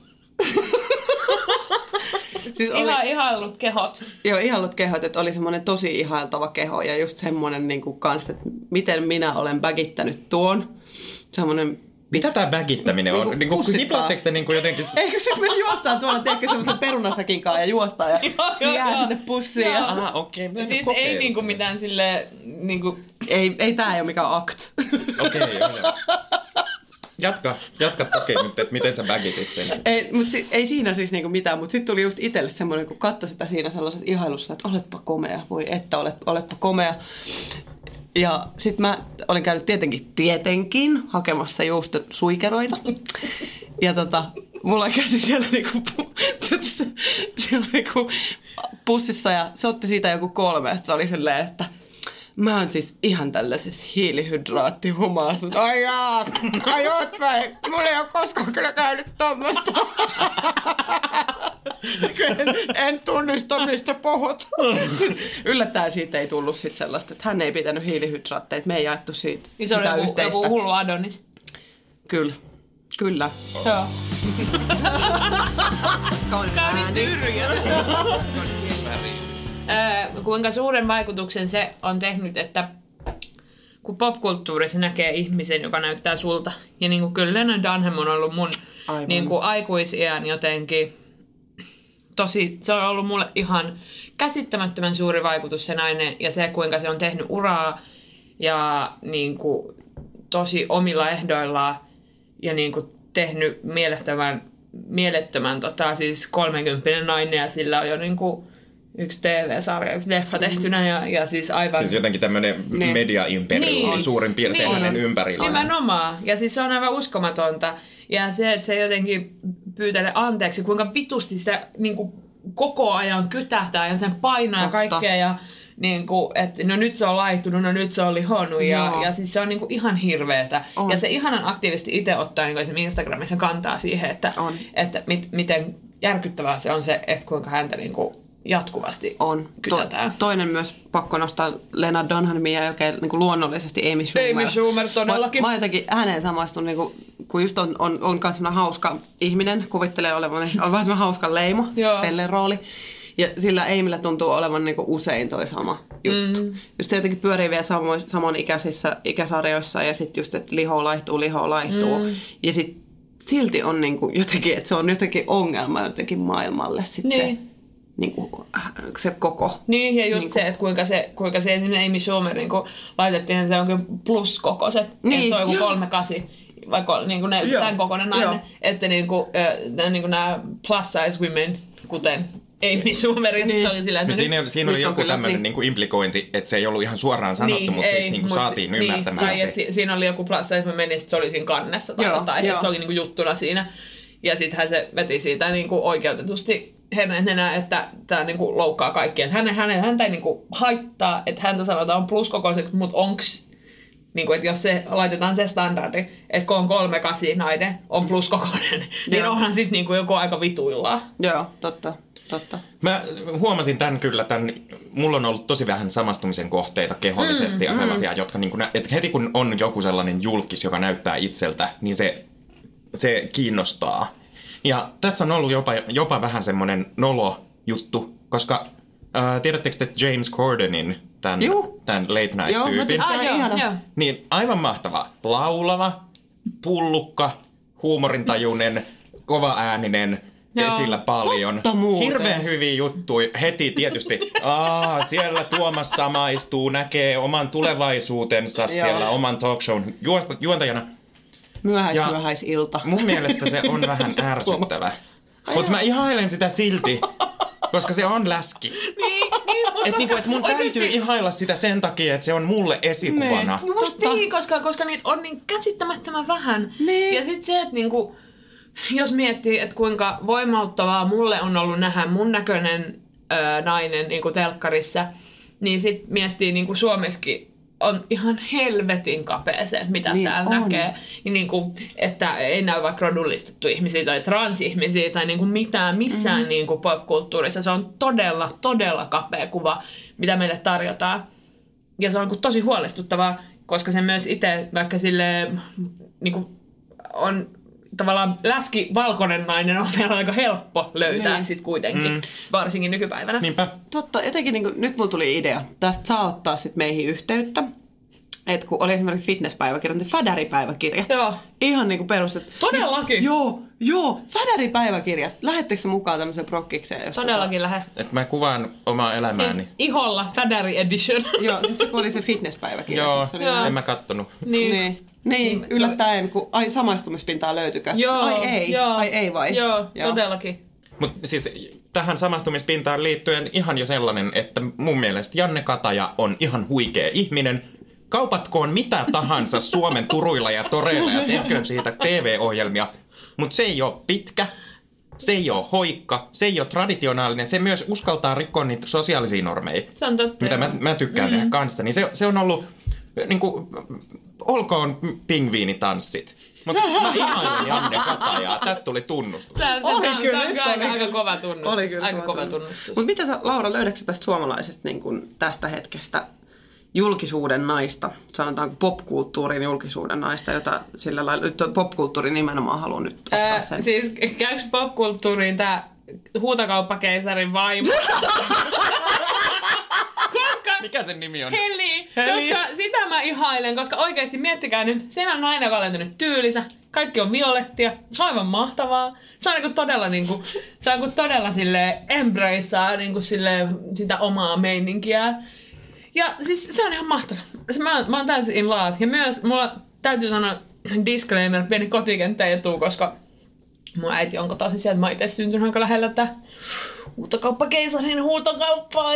Siis oli, Ihan ihaillut kehot. Joo, ihaillut kehot, että oli semmoinen tosi ihailtava keho ja just semmoinen niin kuin kans, että miten minä olen bagittänyt tuon. Semmoinen... Mitä tää bagittäminen on? Niin niin kuin hiplatteko te niin kuin jotenkin... Eikö se me juostaan tuolla, tiedätkö, semmoisen perunasäkin kanssa ja juostaan ja joo, joo, jää joo. sinne pussiin. Ja... Aha, okei. Okay, Siis ei niinku mitään silleen... Niinku... Ei, ei tää ei ole mikään akt. Okei, okay, joo, joo. Jatka, jatka toki nyt, että miten sä bagitit sen. Ei, mut si- ei siinä siis niinku mitään, mutta sitten tuli just itselle semmoinen, kun katsoi sitä siinä sellaisessa ihailussa, että oletpa komea, voi että olet, oletpa komea. Ja sitten mä olin käynyt tietenkin, tietenkin hakemassa juustosuikeroita. Ja tota, mulla on käsi siellä niinku, siellä niinku pussissa ja se otti siitä joku kolme ja se oli silleen, että mä oon siis ihan tällaisessa hiilihydraattihumassa. Ai jaa, ai oot vai? Mulla ei oo koskaan kyllä käynyt tommoista. En, en tunnista, mistä puhut. Yllättäen siitä ei tullut sit sellaista, että hän ei pitänyt hiilihydraatteja. Me ei jaettu siitä niin se oli joku, joku hullu Adonis. Kyllä, kyllä. Joo. Kaunis Kaunis yrjä. Öö, kuinka suuren vaikutuksen se on tehnyt, että kun popkulttuurissa näkee ihmisen, joka näyttää sulta. Ja niin kuin kyllä Lena Dunham on ollut mun niin kuin aikuisiän jotenkin tosi, se on ollut mulle ihan käsittämättömän suuri vaikutus se nainen ja se, kuinka se on tehnyt uraa ja niin kuin tosi omilla ehdoillaan ja niin kuin tehnyt mielettömän, mielettömän tota, siis kolmekymppinen nainen ja sillä on jo niin kuin yksi T V-sarja, yksi leffa tehtynä ja, ja siis aivan... Siis jotenkin tämmöinen niin. media-imperiumi niin. suurin piirtein niin. hänen ympärillä. Nimenomaan. Ja siis se on aivan uskomatonta. Ja se, että se jotenkin pyytelee anteeksi, kuinka vitusti sitä niin kuin koko ajan kytähtää ja sen painaa ja kaikkea. Ja niin kuin, että no nyt se on laihtunut, no nyt se on lihonnut. Ja, ja siis se on niin kuin ihan hirveetä. On. Ja se ihanan aktiivisesti itse ottaa niin kuin Instagramissa kantaa siihen, että, että mit, miten järkyttävää se on se, että kuinka häntä niin kuin jatkuvasti on. kytätään. To, toinen myös pakko nostaa Lena Dunhamin jälkeen niin kuin luonnollisesti Amy Schumer. Amy Schumer todellakin. Mä, mä jotenkin häneen samaistun, niin kuin, kun just on, on, on myös sellainen hauska ihminen, kuvittelee olevan, on vähän sellainen hauska leimo, Pellen rooli. Ja sillä Amyllä tuntuu olevan niin kuin usein toi sama juttu. Mm. Just se jotenkin pyörii vielä samo, saman ikäisissä ikäsarjoissa ja sitten just, että liho laihtuu, liho laihtuu. Mm. Ja sitten silti on niin kuin jotenkin, että se on jotenkin ongelma jotenkin maailmalle. Sit niin. niin kuin, se koko. Niin, ja just niin se, että kuinka se, kuinka se esimerkiksi Amy Schumer niin laitettiin, että se onkin pluskokoiset, niin, että se on joku kolme kasi, vaikka niin kuin ne, tämän kokoinen nainen, joo. Että niin kuin, äh, niin kuin nämä plus size women, kuten Amy Schumerista, niin. Se oli sillä, että... Siinä, nyt, siinä oli joku tämmöinen niin. Niin implikointi, että se ei ollut ihan suoraan sanottu, niin, mutta ei, siitä niin mut, saatiin niin, ymmärtämään tai, se. Että siinä oli joku plus size women, ja se oli siinä kannessa tai joo, jotain, että se oli niin kuin juttuna siinä. Ja sittenhän se veti siitä niin kuin oikeutetusti herneet nenää, että tämä niin kuin loukkaa kaikkia. Että hänen, hänen, häntä ei niin kuin haittaa, että häntä sanotaan pluskokoiseksi, mutta onks... Niin kuin, että jos se laitetaan se standardi, että kun on kolme kasi nainen, on pluskokoinen, niin onhan sitten niin kuin joku aika vituillaan. Joo, totta. Totta. Mä huomasin tämän kyllä, tämän, mulla on ollut tosi vähän samastumisen kohteita kehollisesti mm, ja sellaisia, mm. jotka niin kuin, että heti kun on joku sellainen julkis, joka näyttää itseltä, niin se, se kiinnostaa. Ja tässä on ollut jopa, jopa vähän semmoinen nolo juttu, koska äh, tiedättekö te James Cordenin, tämän, tämän late night-tyypin? Ah, joo, joo. Niin aivan mahtava. Laulava, pullukka, huumorintajuinen, kova-ääninen, esillä paljon. Hirveän hyviä juttuja. Heti tietysti, aa, siellä Tuomas samaistuu, näkee oman tulevaisuutensa siellä oman talkshown juontajana. Myöhäis, myöhäisilta. Mun mielestä se on vähän ärsyttävä. Mutta mä ihailen sitä silti, koska se on läski. Niin, niin, et niinku, et mun oikeasti täytyy ihailla sitä sen takia, että se on mulle esikuvana. Ne. Just niin, koska, koska niitä on niin käsittämättömän vähän. Ne. Ja sit se, että niinku... Jos miettii, että kuinka voimauttavaa mulle on ollut nähdä mun näköinen öö, nainen niin kuin telkkarissa, niin sit miettii niin kuin Suomessakin on ihan helvetin kapea se, että mitä niin täällä on. Näkee. Ja niin kuin, että ei näy vaikka rodullistettu ihmisiä tai transihmisiä tai niin kuin mitään missään mm-hmm. niin kuin popkulttuurissa. Se on todella, todella kapea kuva, mitä meille tarjotaan. Ja se on niin tosi huolestuttavaa, koska se myös itse vaikka silleen niin kuin on... Tavallaan läski valkoinen nainen on vielä aika helppo löytää niin. Sit kuitenkin, mm. varsinkin nykypäivänä. Niinpä. Totta, jotenkin niin kuin, nyt mulla tuli idea. Tästä saa ottaa sit meihin yhteyttä. Että kun oli esimerkiksi fitnesspäiväkirja, niin fädäripäiväkirja. Joo. Ihan niin kuin perus, että... Todellakin. Joo, joo, fädäripäiväkirja. Lähettekö se mukaan tämmöiseen prokkikseen? Jos Todellakin tota... lähde. Että mä kuvaan omaa elämääni. Siis iholla fädäri edition. Joo, siis se kun oli se fitnesspäiväkirja. Joo, se oli en näin. Mä kattonut. Niin. niin. Niin, yllättäen, kun ai, samaistumispintaa löytykö? Joo, ai ei, joo, ai ei vai? Joo, joo. Todellakin. Mutta siis tähän samastumispintaan liittyen ihan jo sellainen, että mun mielestä Janne Kataja on ihan huikea ihminen. Kaupatkoon mitä tahansa Suomen turuilla ja toreilla ja tehköön siitä T V-ohjelmia, mutta se ei ole pitkä, se ei ole hoikka, se ei ole traditionaalinen, se myös uskaltaa rikkoa niitä sosiaalisia normeja, se on totta, mitä mä, mä tykkään mm-hmm. tehdä kanssa. Niin se, se on ollut, niin kuin, olkoon pingviinitanssit. Mutta mä ihailen Janne Katajaa. Tästä tuli tunnustus. Tämä, oli tämä, kyllä, tämä on aika, oli, aika kova tunnustus. Oli kyllä aika kova tunnustus. tunnustus. Mutta mitä sä, Laura, löydätkö tästä suomalaisesta niin kun tästä hetkestä julkisuuden naista, sanotaanko popkulttuurin julkisuuden naista, jota sillä lailla, popkulttuuri nimenomaan haluan nyt ottaa sen. Äh, siis käykö popkulttuuriin tää huutokauppakeisarin vaimo? Koska... Mikä sen nimi on? Heli. Heli. Koska sitä mä ihailen, koska oikeesti miettikää nyt, siinä on nainen, joka on lentänyt tyylisä, kaikki on violettia, se on aivan mahtavaa. Se on niinku todella niinku, se on niinku todella silleen embraceaa niinku silleen sitä omaa meininkiään. Ja siis se on ihan mahtavaa. Mä, mä oon täysin in love. Ja myös mulla täytyy sanoa disclaimer, pieni kotikenttä etu, koska mun äiti on kotoisin sieltä. Mä oon itse syntynyt aika lähellä tätä huutokauppakeisarin huutokauppaa.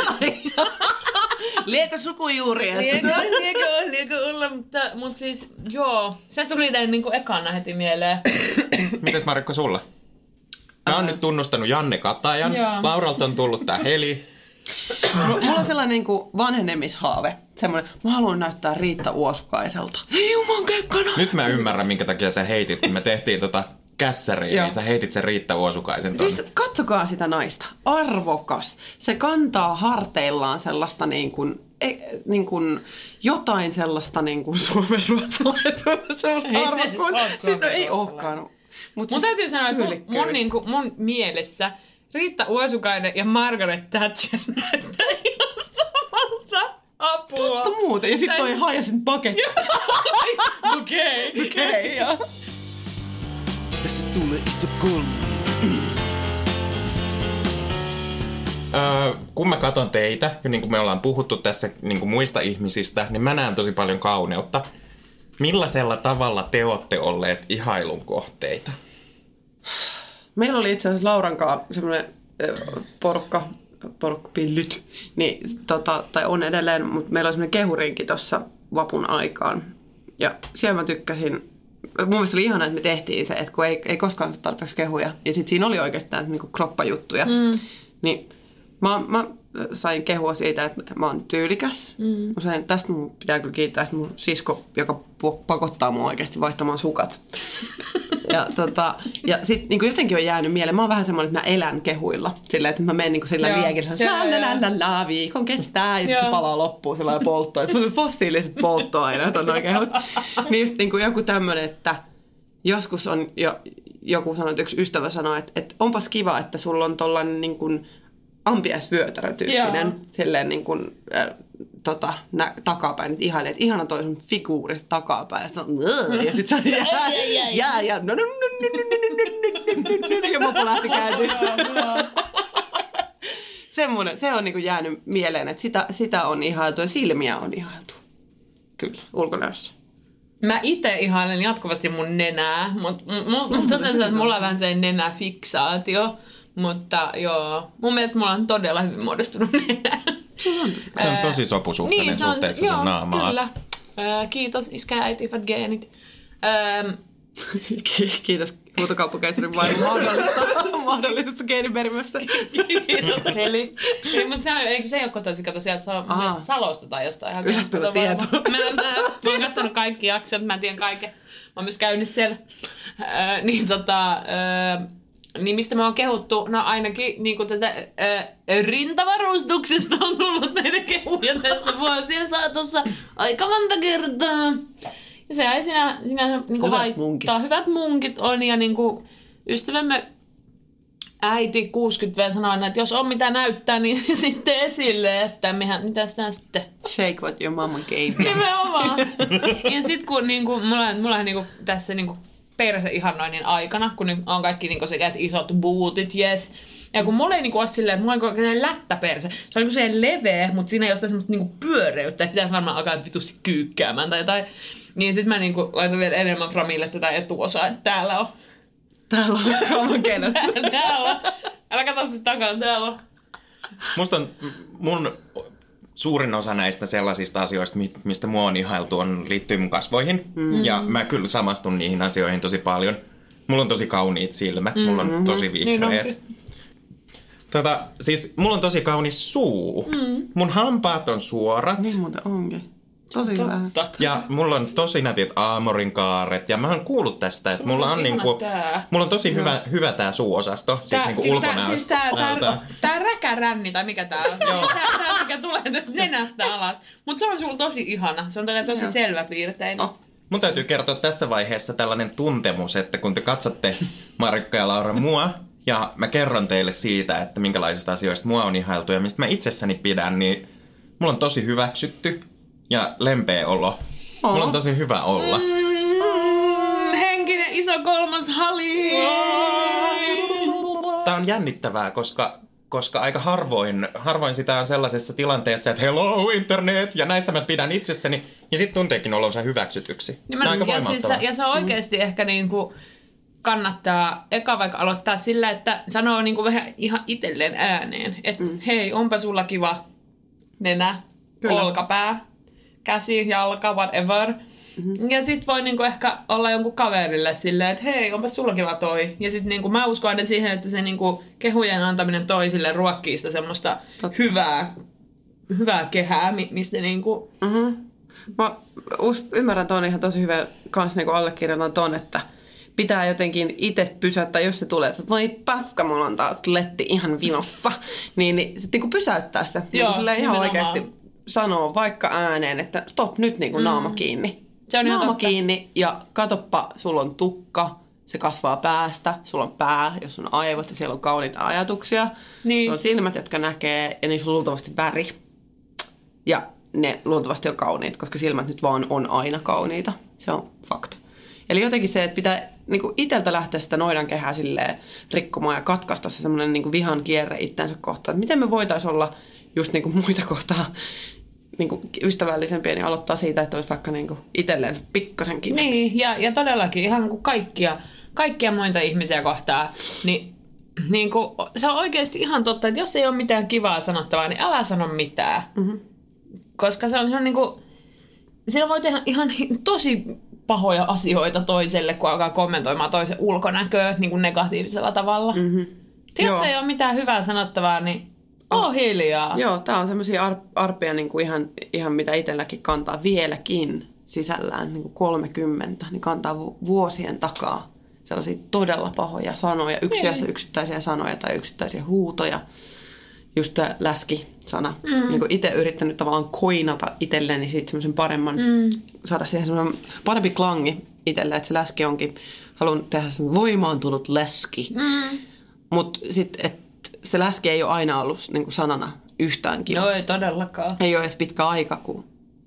Liekö sukujuuri? Liekö, liekö, liekö olla, mutta, mutta siis joo, se tuli näin niin kuin ekana heti mieleen. Mites Marikko sulla? Mä oon uh. nyt tunnustanut Janne Katajan. Joo. Lauralta on tullut tää Heli. Mulla on sellainen niin kuin vanhenemishaave. Semmoinen, mä haluan näyttää Riitta Uosukaiselta. Ei juman kekkana! Nyt mä ymmärrän, minkä takia sä heitit, kun me tehtiin tota kässäriä, niin sä heitit sen Riitta Uosukaisen tonne. Siis katsokaa sitä naista. Arvokas. Se kantaa harteillaan sellaista niin kuin, e, niin kuin jotain sellaista niin kuin suomenruotsalaisuutta. Sellaista arvokkuutta. No ei olekaan. Mutta mun siis täytyy sanoa, että mun, mun, niin kuin, mun mielessä Riitta Uosukainen ja Margaret Thatcher näyttää ihan samalta. Apua. Totta muuten. Ja sit toi Hyacinth paketti. Okei. Okei, joo. Tässä tulee iso kolmonen. Öö, kun mä katon teitä, ja niin kuin me ollaan puhuttu tässä niin kuin muista ihmisistä, niin mä näen tosi paljon kauneutta. Millaisella tavalla te olette olleet ihailun kohteita? Meillä oli itse asiassa Lauran kanssa semmoinen porukka, porukkapillyt, niin, tota, tai on edelleen, mutta meillä on semmoinen kehurinki tuossa vapun aikaan. Ja siellä mä tykkäsin, mun mielestä oli ihanaa, että me tehtiin se, että kun ei, ei koskaan saa tarpeeksi kehuja. Ja sitten siinä oli oikeastaan niin kuin kroppajuttuja. Mm. Niin mä, mä sain kehua siitä, että mä oon tyylikäs. Mm. Usein, tästä mun pitää kyllä kiittää, että mun sisko, joka pakottaa mua oikeasti vaihtamaan sukat. Ja, tota, ja sitten niin jotenkin on jäänyt mieleen, mä oon vähän semmoinen, että mä elän kehuilla. Silleen, että mä menen niin sillä liekillä, la viikon kestää, ja sitten palaa loppuun sillä polttoa. Fossiiliset polttoaineet on oikein. Niin just niin joku tämmöinen, että joskus on jo, joku sanoi, että yksi ystävä sanoi, että, että onpas kiva, että sulla on tollainen niin kuin ampiaisvyötärö-tyyppinen, silleen niin kuin, äh, tota, nä, takapäin, että ihailee, että ihana toi sun figuuri takapäin, ja sitten ja sit se on jää, jää, ja no, no, no, no, no, no, no, ja mopo lähti käyntiin. Semmoinen, se on niin kuin jäänyt mieleen, että sitä, sitä on ihailtu, ja silmiä on ihailtu. Kyllä, ulkonäössä. Mä itse ihailen jatkuvasti mun nenää, mutta mut, mut, että mulla on vähän se nenäfiksaatio. Mutta joo, mun mielestä mulla on todella hyvin muodostunut nenä. Se on tosi sopusuhtainen niin, suhteessa sun naamaan. Kyllä. Kiitos iskä ja äiti, hyvät geenit. Kiitos huutokauppakeisarin vain mahdollisesta geeniperimästä. Kiitos Heli. Ei, mutta se, ei, se ei ole kotoisin, kato sieltä, se on mielestäni Salosta tai jostain. Ihan yllättävä tieto. Mä, mä, mä oon kattonut kaikki jaksot, mä tiedän kaiken. Mä oon myös käynyt siellä. Äh, niin tota... Äh, Niin mistä me on kehuttu, no ainakin niin tätä ää, rintavarustuksesta on tullut näitä kehuja tässä vuosien saatossa aika monta kertaa. Ja se ei sinä, sinä niin hyvät haittaa. Munkit. Hyvät munkit on ja niin kuin, ystävämme äiti kuusikymmentä vielä sanoi, että jos on mitä näyttää, niin sitten esille, että mehän, mitä sitä sitten? Shake what your mama gave you. Nimenomaan. Ja sitten kun niin kuin, mulla, mulla on niin kuin, tässä niin kuin, perse ihannoinnin aikana, kun on kaikki niinku sekä isot bootit, yes. Ja kun mulla ei niinku ole silleen, että mulla on niinku lättäperse. Se on niinku se leveä, mutta siinä ei ole sitä semmoista niinku pyöreyttä, että pitäisi varmaan alkaa vitusti kyykkäämään tai jotain. Niin sit mä niinku laitan vielä enemmän Framille tätä etuosaa, että täällä on. Täällä on kromakeinat. Täällä on. Älä katso sit takana, täällä on. Musta on mun suurin osa näistä sellaisista asioista, mistä mua on ihailtu, on, liittyy mun kasvoihin. Mm-hmm. Ja mä kyllä samastun niihin asioihin tosi paljon. Mulla on tosi kauniit silmät, mm-hmm. mulla on tosi vihreät. Niin tota, siis mulla on tosi kaunis suu. Mm. Mun hampaat on suorat. Niin muuten onkin. Tosi hyvä. Ja mulla on tosi nätit aamorinkaaret. Ja mä oon kuullut tästä, että mulla on, niinku, mulla on tosi hyvä, no. hyvä tää suuosasto. Tää, siis niinku ulkonäöstä. Siis tää, tää, tää räkäränni, tai mikä tää on. tää, tää mikä tulee tästä nenästä alas. Mut se on sulla tosi ihana. Se on tosi Joo. selväpiirteinen. Oh. Mun täytyy kertoa tässä vaiheessa tällainen tuntemus, että kun te katsotte Marikka ja Laura mua, ja mä kerron teille siitä, että minkälaisista asioista mua on ihailtu ja mistä mä itsessäni pidän, niin mulla on tosi hyväksytty. Ja lempeä olo. Oh. Mulla on tosi hyvä olla. Mm, henkinen iso kolmas hali. Tää on jännittävää, koska, koska aika harvoin, harvoin sitä on sellaisessa tilanteessa, että hello internet, ja näistä mä pidän itsessäni. Ja sit tunteekin olonsa hyväksytyksi. Niin mä, aika ja, siis, ja se on oikeesti mm. ehkä niinku kannattaa eka vaikka aloittaa sillä, että sanoo niinku vähän ihan itselleen ääneen. Että mm. hei, onpa sulla kiva nenä, Kyllä. olkapää. Käsi, jalka, whatever. Mm-hmm. Ja sit voi niinku ehkä olla jonkun kaverille silleen, että hei, onpa sulla kiva toi. Ja sit niinku mä uskon aina siihen, että se niinku kehujen antaminen toisille ruokkii sitä semmoista hyvää, hyvää kehää, mistä niinku... Mm-hmm. Mä us- ymmärrän ton ihan tosi hyvä kans niinku allekirjoitan ton, että pitää jotenkin itse pysäyttää, jos se tulee, että voi paska, mulla on taas letti ihan vinossa. niin, niin sit niinku pysäyttää se. Joo, niin ihan oikeasti sanoo vaikka ääneen, että stop, nyt niinku mm. naama kiinni. Se on naama kiinni ja katoppa, sulla on tukka, se kasvaa päästä, sulla on pää, jos on aivot ja siellä on kauniita ajatuksia. Niin. Sulla on silmät, jotka näkee ja niissä on luultavasti väri. Ja ne luultavasti on kauniit, koska silmät nyt vaan on aina kauniita. Se on fakta. Eli jotenkin se, että pitää niin kuin iteltä lähteä sitä noidankehää silleen rikkomaan ja katkaista se semmoinen niin kuin vihan kierre itsensä kohtaan. Että miten me voitaisiin olla just niin kuin muita kohtaan niin kuin ystävällisempiä, niin aloittaa siitä, että olisi vaikka niin kuin itselleen pikkasenkin. Niin, ja, ja todellakin ihan kuin kaikkia, kaikkia muita ihmisiä kohtaan, niin, niin kuin, se on oikeasti ihan totta, että jos ei ole mitään kivaa sanottavaa, niin älä sano mitään. Mm-hmm. Koska se on ihan niin kuin, siinä voi tehdä ihan tosi pahoja asioita toiselle, kun alkaa kommentoimaan toisen ulkonäköä niin kuin negatiivisella tavalla. Mm-hmm. Jos Joo. ei ole mitään hyvää sanottavaa, niin oo hiljaa. Joo, tää on semmosia ar- arpia niin kuin ihan, ihan mitä itselläkin kantaa vieläkin sisällään, niin kuin kolmekymmentä, niin kantaa vuosien takaa sellaisia todella pahoja sanoja, yksiäisiä yksittäisiä sanoja tai yksittäisiä huutoja. Just tämä läski-sana. Mm. Niin kuin itse yrittänyt tavallaan koinata itselleni siitä semmoisen paremman, mm. saada siihen semmoinen parempi klangi itselle, että se läski onkin, haluan tehdä semmoinen voimaantunut läski. Mm. Mutta sitten, että se läski ei ole aina ollut niin kuin sanana yhtään kiva. No ei todellakaan. Ei ole edes pitkä aika, kun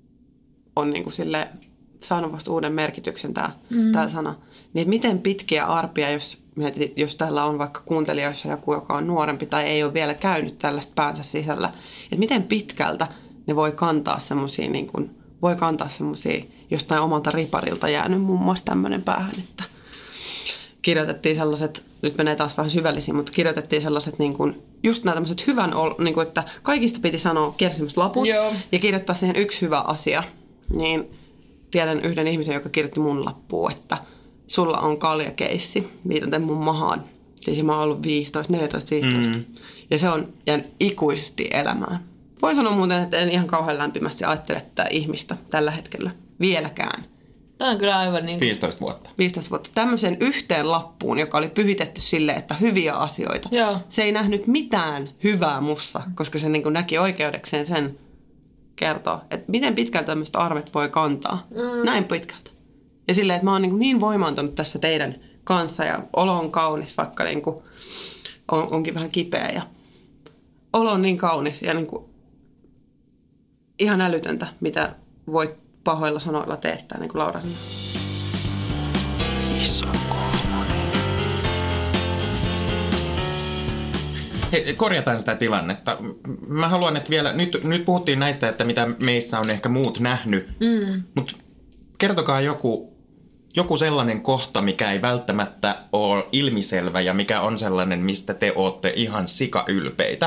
on niin kuin sille saanut vasta uuden merkityksen tämä mm. tämä sana. Niin miten pitkiä arpia, jos, jos täällä on vaikka kuuntelijoissa joku, joka on nuorempi tai ei ole vielä käynyt tällaista päänsä sisällä, että miten pitkältä ne voi kantaa semmoisia, niin kuin, voi kantaa semmoisia jostain omalta riparilta jäänyt muun muassa tämmöinen päähän, että kirjoitettiin sellaiset, nyt menee taas vähän syvällisiin, mutta kirjoitettiin sellaiset niin kuin, just nämä tämmöiset hyvän, ol, niin kuin, että kaikista piti sanoa, kiersi semmoiset laput Joo. ja kirjoittaa siihen yksi hyvä asia. Niin tiedän yhden ihmisen, joka kirjoitti mun lappuun, että sulla on kaljakeissi, viitaten mun mahaan. Siis mä oon ollut viisitoista, neljätoista, viisitoista. Mm. Ja se on jäänyt ikuisesti elämään. Voi sanoa muuten, että en ihan kauhean lämpimästi ajattele tätä ihmistä tällä hetkellä vieläkään. Tämä on kyllä aivan niin kuin viisitoista vuotta. viisitoista vuotta. Tämmöisen yhteen lappuun, joka oli pyhitetty silleen, että hyviä asioita. Joo. Se ei nähnyt mitään hyvää mussa, koska se niin kuin näki oikeudekseen sen kertoa, että miten pitkältä tämmöistä arvet voi kantaa. Mm. Näin pitkältä. Ja silleen, että mä oon niin, niin voimaantunut tässä teidän kanssa ja olo on kaunis, vaikka niin kuin on, onkin vähän kipeä. Ja olo on niin kaunis ja niin kuin ihan älytöntä, mitä voit pahoilla sanoilla teettää, niin kuin Laura sanoi. Iso kolmonen. Hei, korjataan sitä tilannetta. Mä haluan, että vielä, nyt, nyt puhuttiin näistä, että mitä meissä on ehkä muut nähnyt, mm. mutta kertokaa joku, joku sellainen kohta, mikä ei välttämättä ole ilmiselvä ja mikä on sellainen, mistä te ootte ihan sikaylpeitä.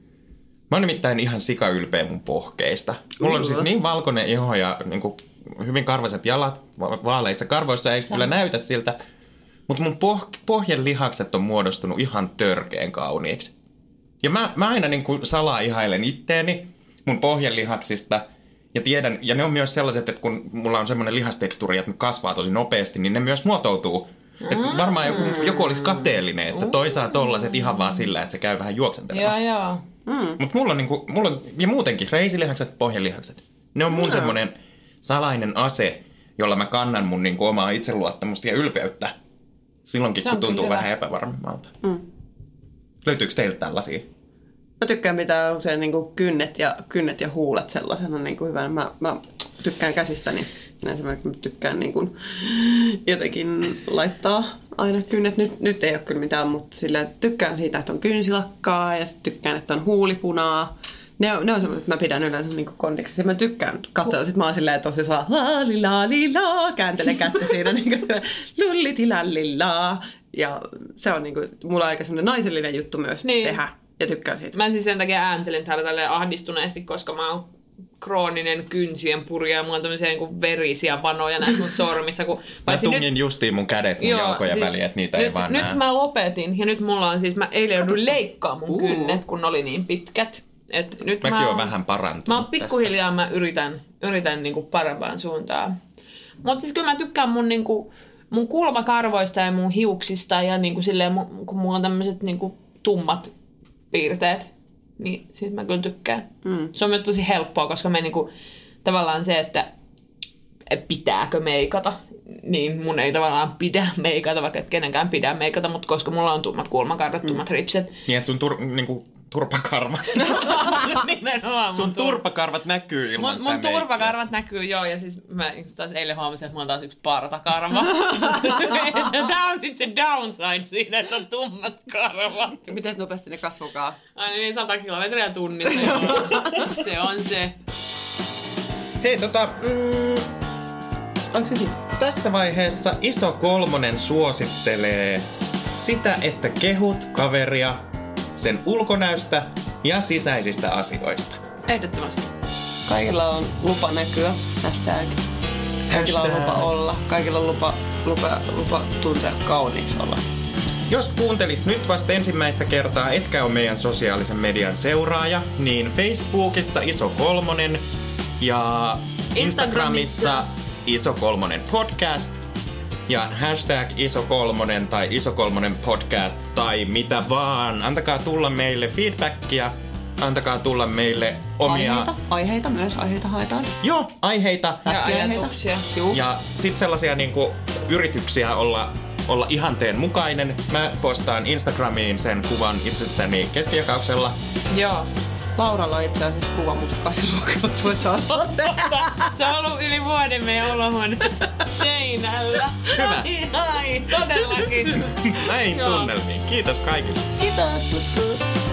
Mä oon nimittäin ihan sikaylpeä mun pohkeista. Mulla on siis niin valkoinen iho ja niin kuin hyvin karvaiset jalat vaaleissa karvoissa, ei kyllä näytä siltä. Mutta mun poh- pohjen lihakset on muodostunut ihan törkeen kauniiksi. Ja mä, mä aina niin kuin salaa ihailen itteeni mun pohjen lihaksista. Ja tiedän, ja ne on myös sellaiset, että kun mulla on semmoinen lihastekstuuri, että ne kasvaa tosi nopeasti, niin ne myös muotoutuu. Että varmaan joku, joku olisi kateellinen, että toi saa tollaset ihan vaan sillä, että se käy vähän juoksentelemassa. Joo, joo. Mm. Mutta mulla on niinku, mulla on, ja muutenkin reisilihakset, pohjelihakset. Ne on mun mm. semmoinen salainen ase, jolla mä kannan mun niinku omaa itseluottamusta ja ylpeyttä. Silloinkin, kun tuntuu hyvä. Vähän epävarmemmalta. Mm. Löytyykö teiltä tällaisia? Mä tykkään pitää usein niin kuin kynnet, ja, kynnet ja huulet sellaisena niin kuin hyvän. Mä, mä tykkään käsistäni. Esimerkiksi mä tykkään niin kuin jotenkin laittaa aina kynnet. Nyt, nyt ei ole kyllä mitään, mutta sillä tykkään siitä, että on kynsilakkaa ja sitten tykkään, että on huulipunaa. Ne on, ne on semmoiset, että mä pidän yleensä niin kuin kondiksessa. Mä tykkään katsoa. Sitten mä oon silleen, että tosi saa la-li-la-li-la, kääntele kättä siinä niin kuin lulliti-lallilaa. Ja se on niin kuin, mulla on aika semmoinen naisellinen juttu myös niin. tehdä. Ja tykkään siitä. Mä siis sen takia ääntelin täällä tälleen ahdistuneesti, koska mä oon krooninen kynsien purja ja mulla on tämmöisiä niin verisiä vanoja näissä mun sormissa. Kun, mä tungin nyt, justiin mun kädet mun joo, jalkojen siis väliin, että niitä nyt, ei vaan nyt näe. Nyt mä lopetin ja nyt mulla on siis, mä eilen joudun leikkaa mun uh. kynnet, kun ne oli niin pitkät. Et nyt Mäkin mä oon vähän parantunut Mä oon pikkuhiljaa, mä yritän, yritän niinku parempaan suuntaan. Mutta siis kyllä mä tykkään mun, niinku, mun kulmakarvoista ja mun hiuksista ja niinku silleen, kun mulla on tämmöiset niinku tummat piirteet, niin siitä mä kyllä tykkään. Mm. Se on myös tosi helppoa, koska me niinku, tavallaan se, että pitääkö meikata, niin mun ei tavallaan pidä meikata, vaikka et kenenkään pidä meikata, mutta koska mulla on tummat kulmakarvat, mm. tummat ripset. Niin, että sun tur- niinku, turpakarvat. Nimenomaan Sun mun tur- turpakarvat näkyy ilman Mun, sitä mun meikkiä. turvakarvat näkyy, joo, ja siis mä taas eilen huomasin, että mulla on taas yksi partakarva. Tää on sit se downside siinä, että on tummat karvat. Miten nopeasti ne kasvokaa? Aina niin sata kilometriä tunnissa, joo. Se on se. Hei, tota... Mm, Onko se siinä? tässä vaiheessa Iso Kolmonen suosittelee sitä, että kehut kaveria sen ulkonäöstä ja sisäisistä asioista. Ehdottomasti. Kaikilla on lupa näkyä. Hashtag. Kaikilla on lupa olla. Kaikilla on lupa, lupa, lupa tuntea kauniiksi olla. Jos kuuntelit nyt vasta ensimmäistä kertaa, etkä ole meidän sosiaalisen median seuraaja, niin Facebookissa Iso Kolmonen ja Instagramissa Iso Kolmonen podcast ja hashtag Iso Kolmonen tai Iso Kolmonen podcast tai mitä vaan. Antakaa tulla meille feedbackia, antakaa tulla meille omia... Aiheita, aiheita myös, aiheita haetaan. Joo, aiheita. Ja Aiheita. ajatuksia. Juu. Ja sit sellaisia niinku yrityksiä olla, olla ihanteen mukainen. Mä postaan Instagramiin sen kuvan itsestäni keskijakauksella. Joo. Lauralla on itse asiassa kuva musta kasviluokalta. Voit saada sen. Se on ollut yli vuoden meidän olohuone seinällä. Hyvä. Ai, ai, todellakin. Näin Joo. tunnelmiin. Kiitos kaikille. Kiitos, plus plus.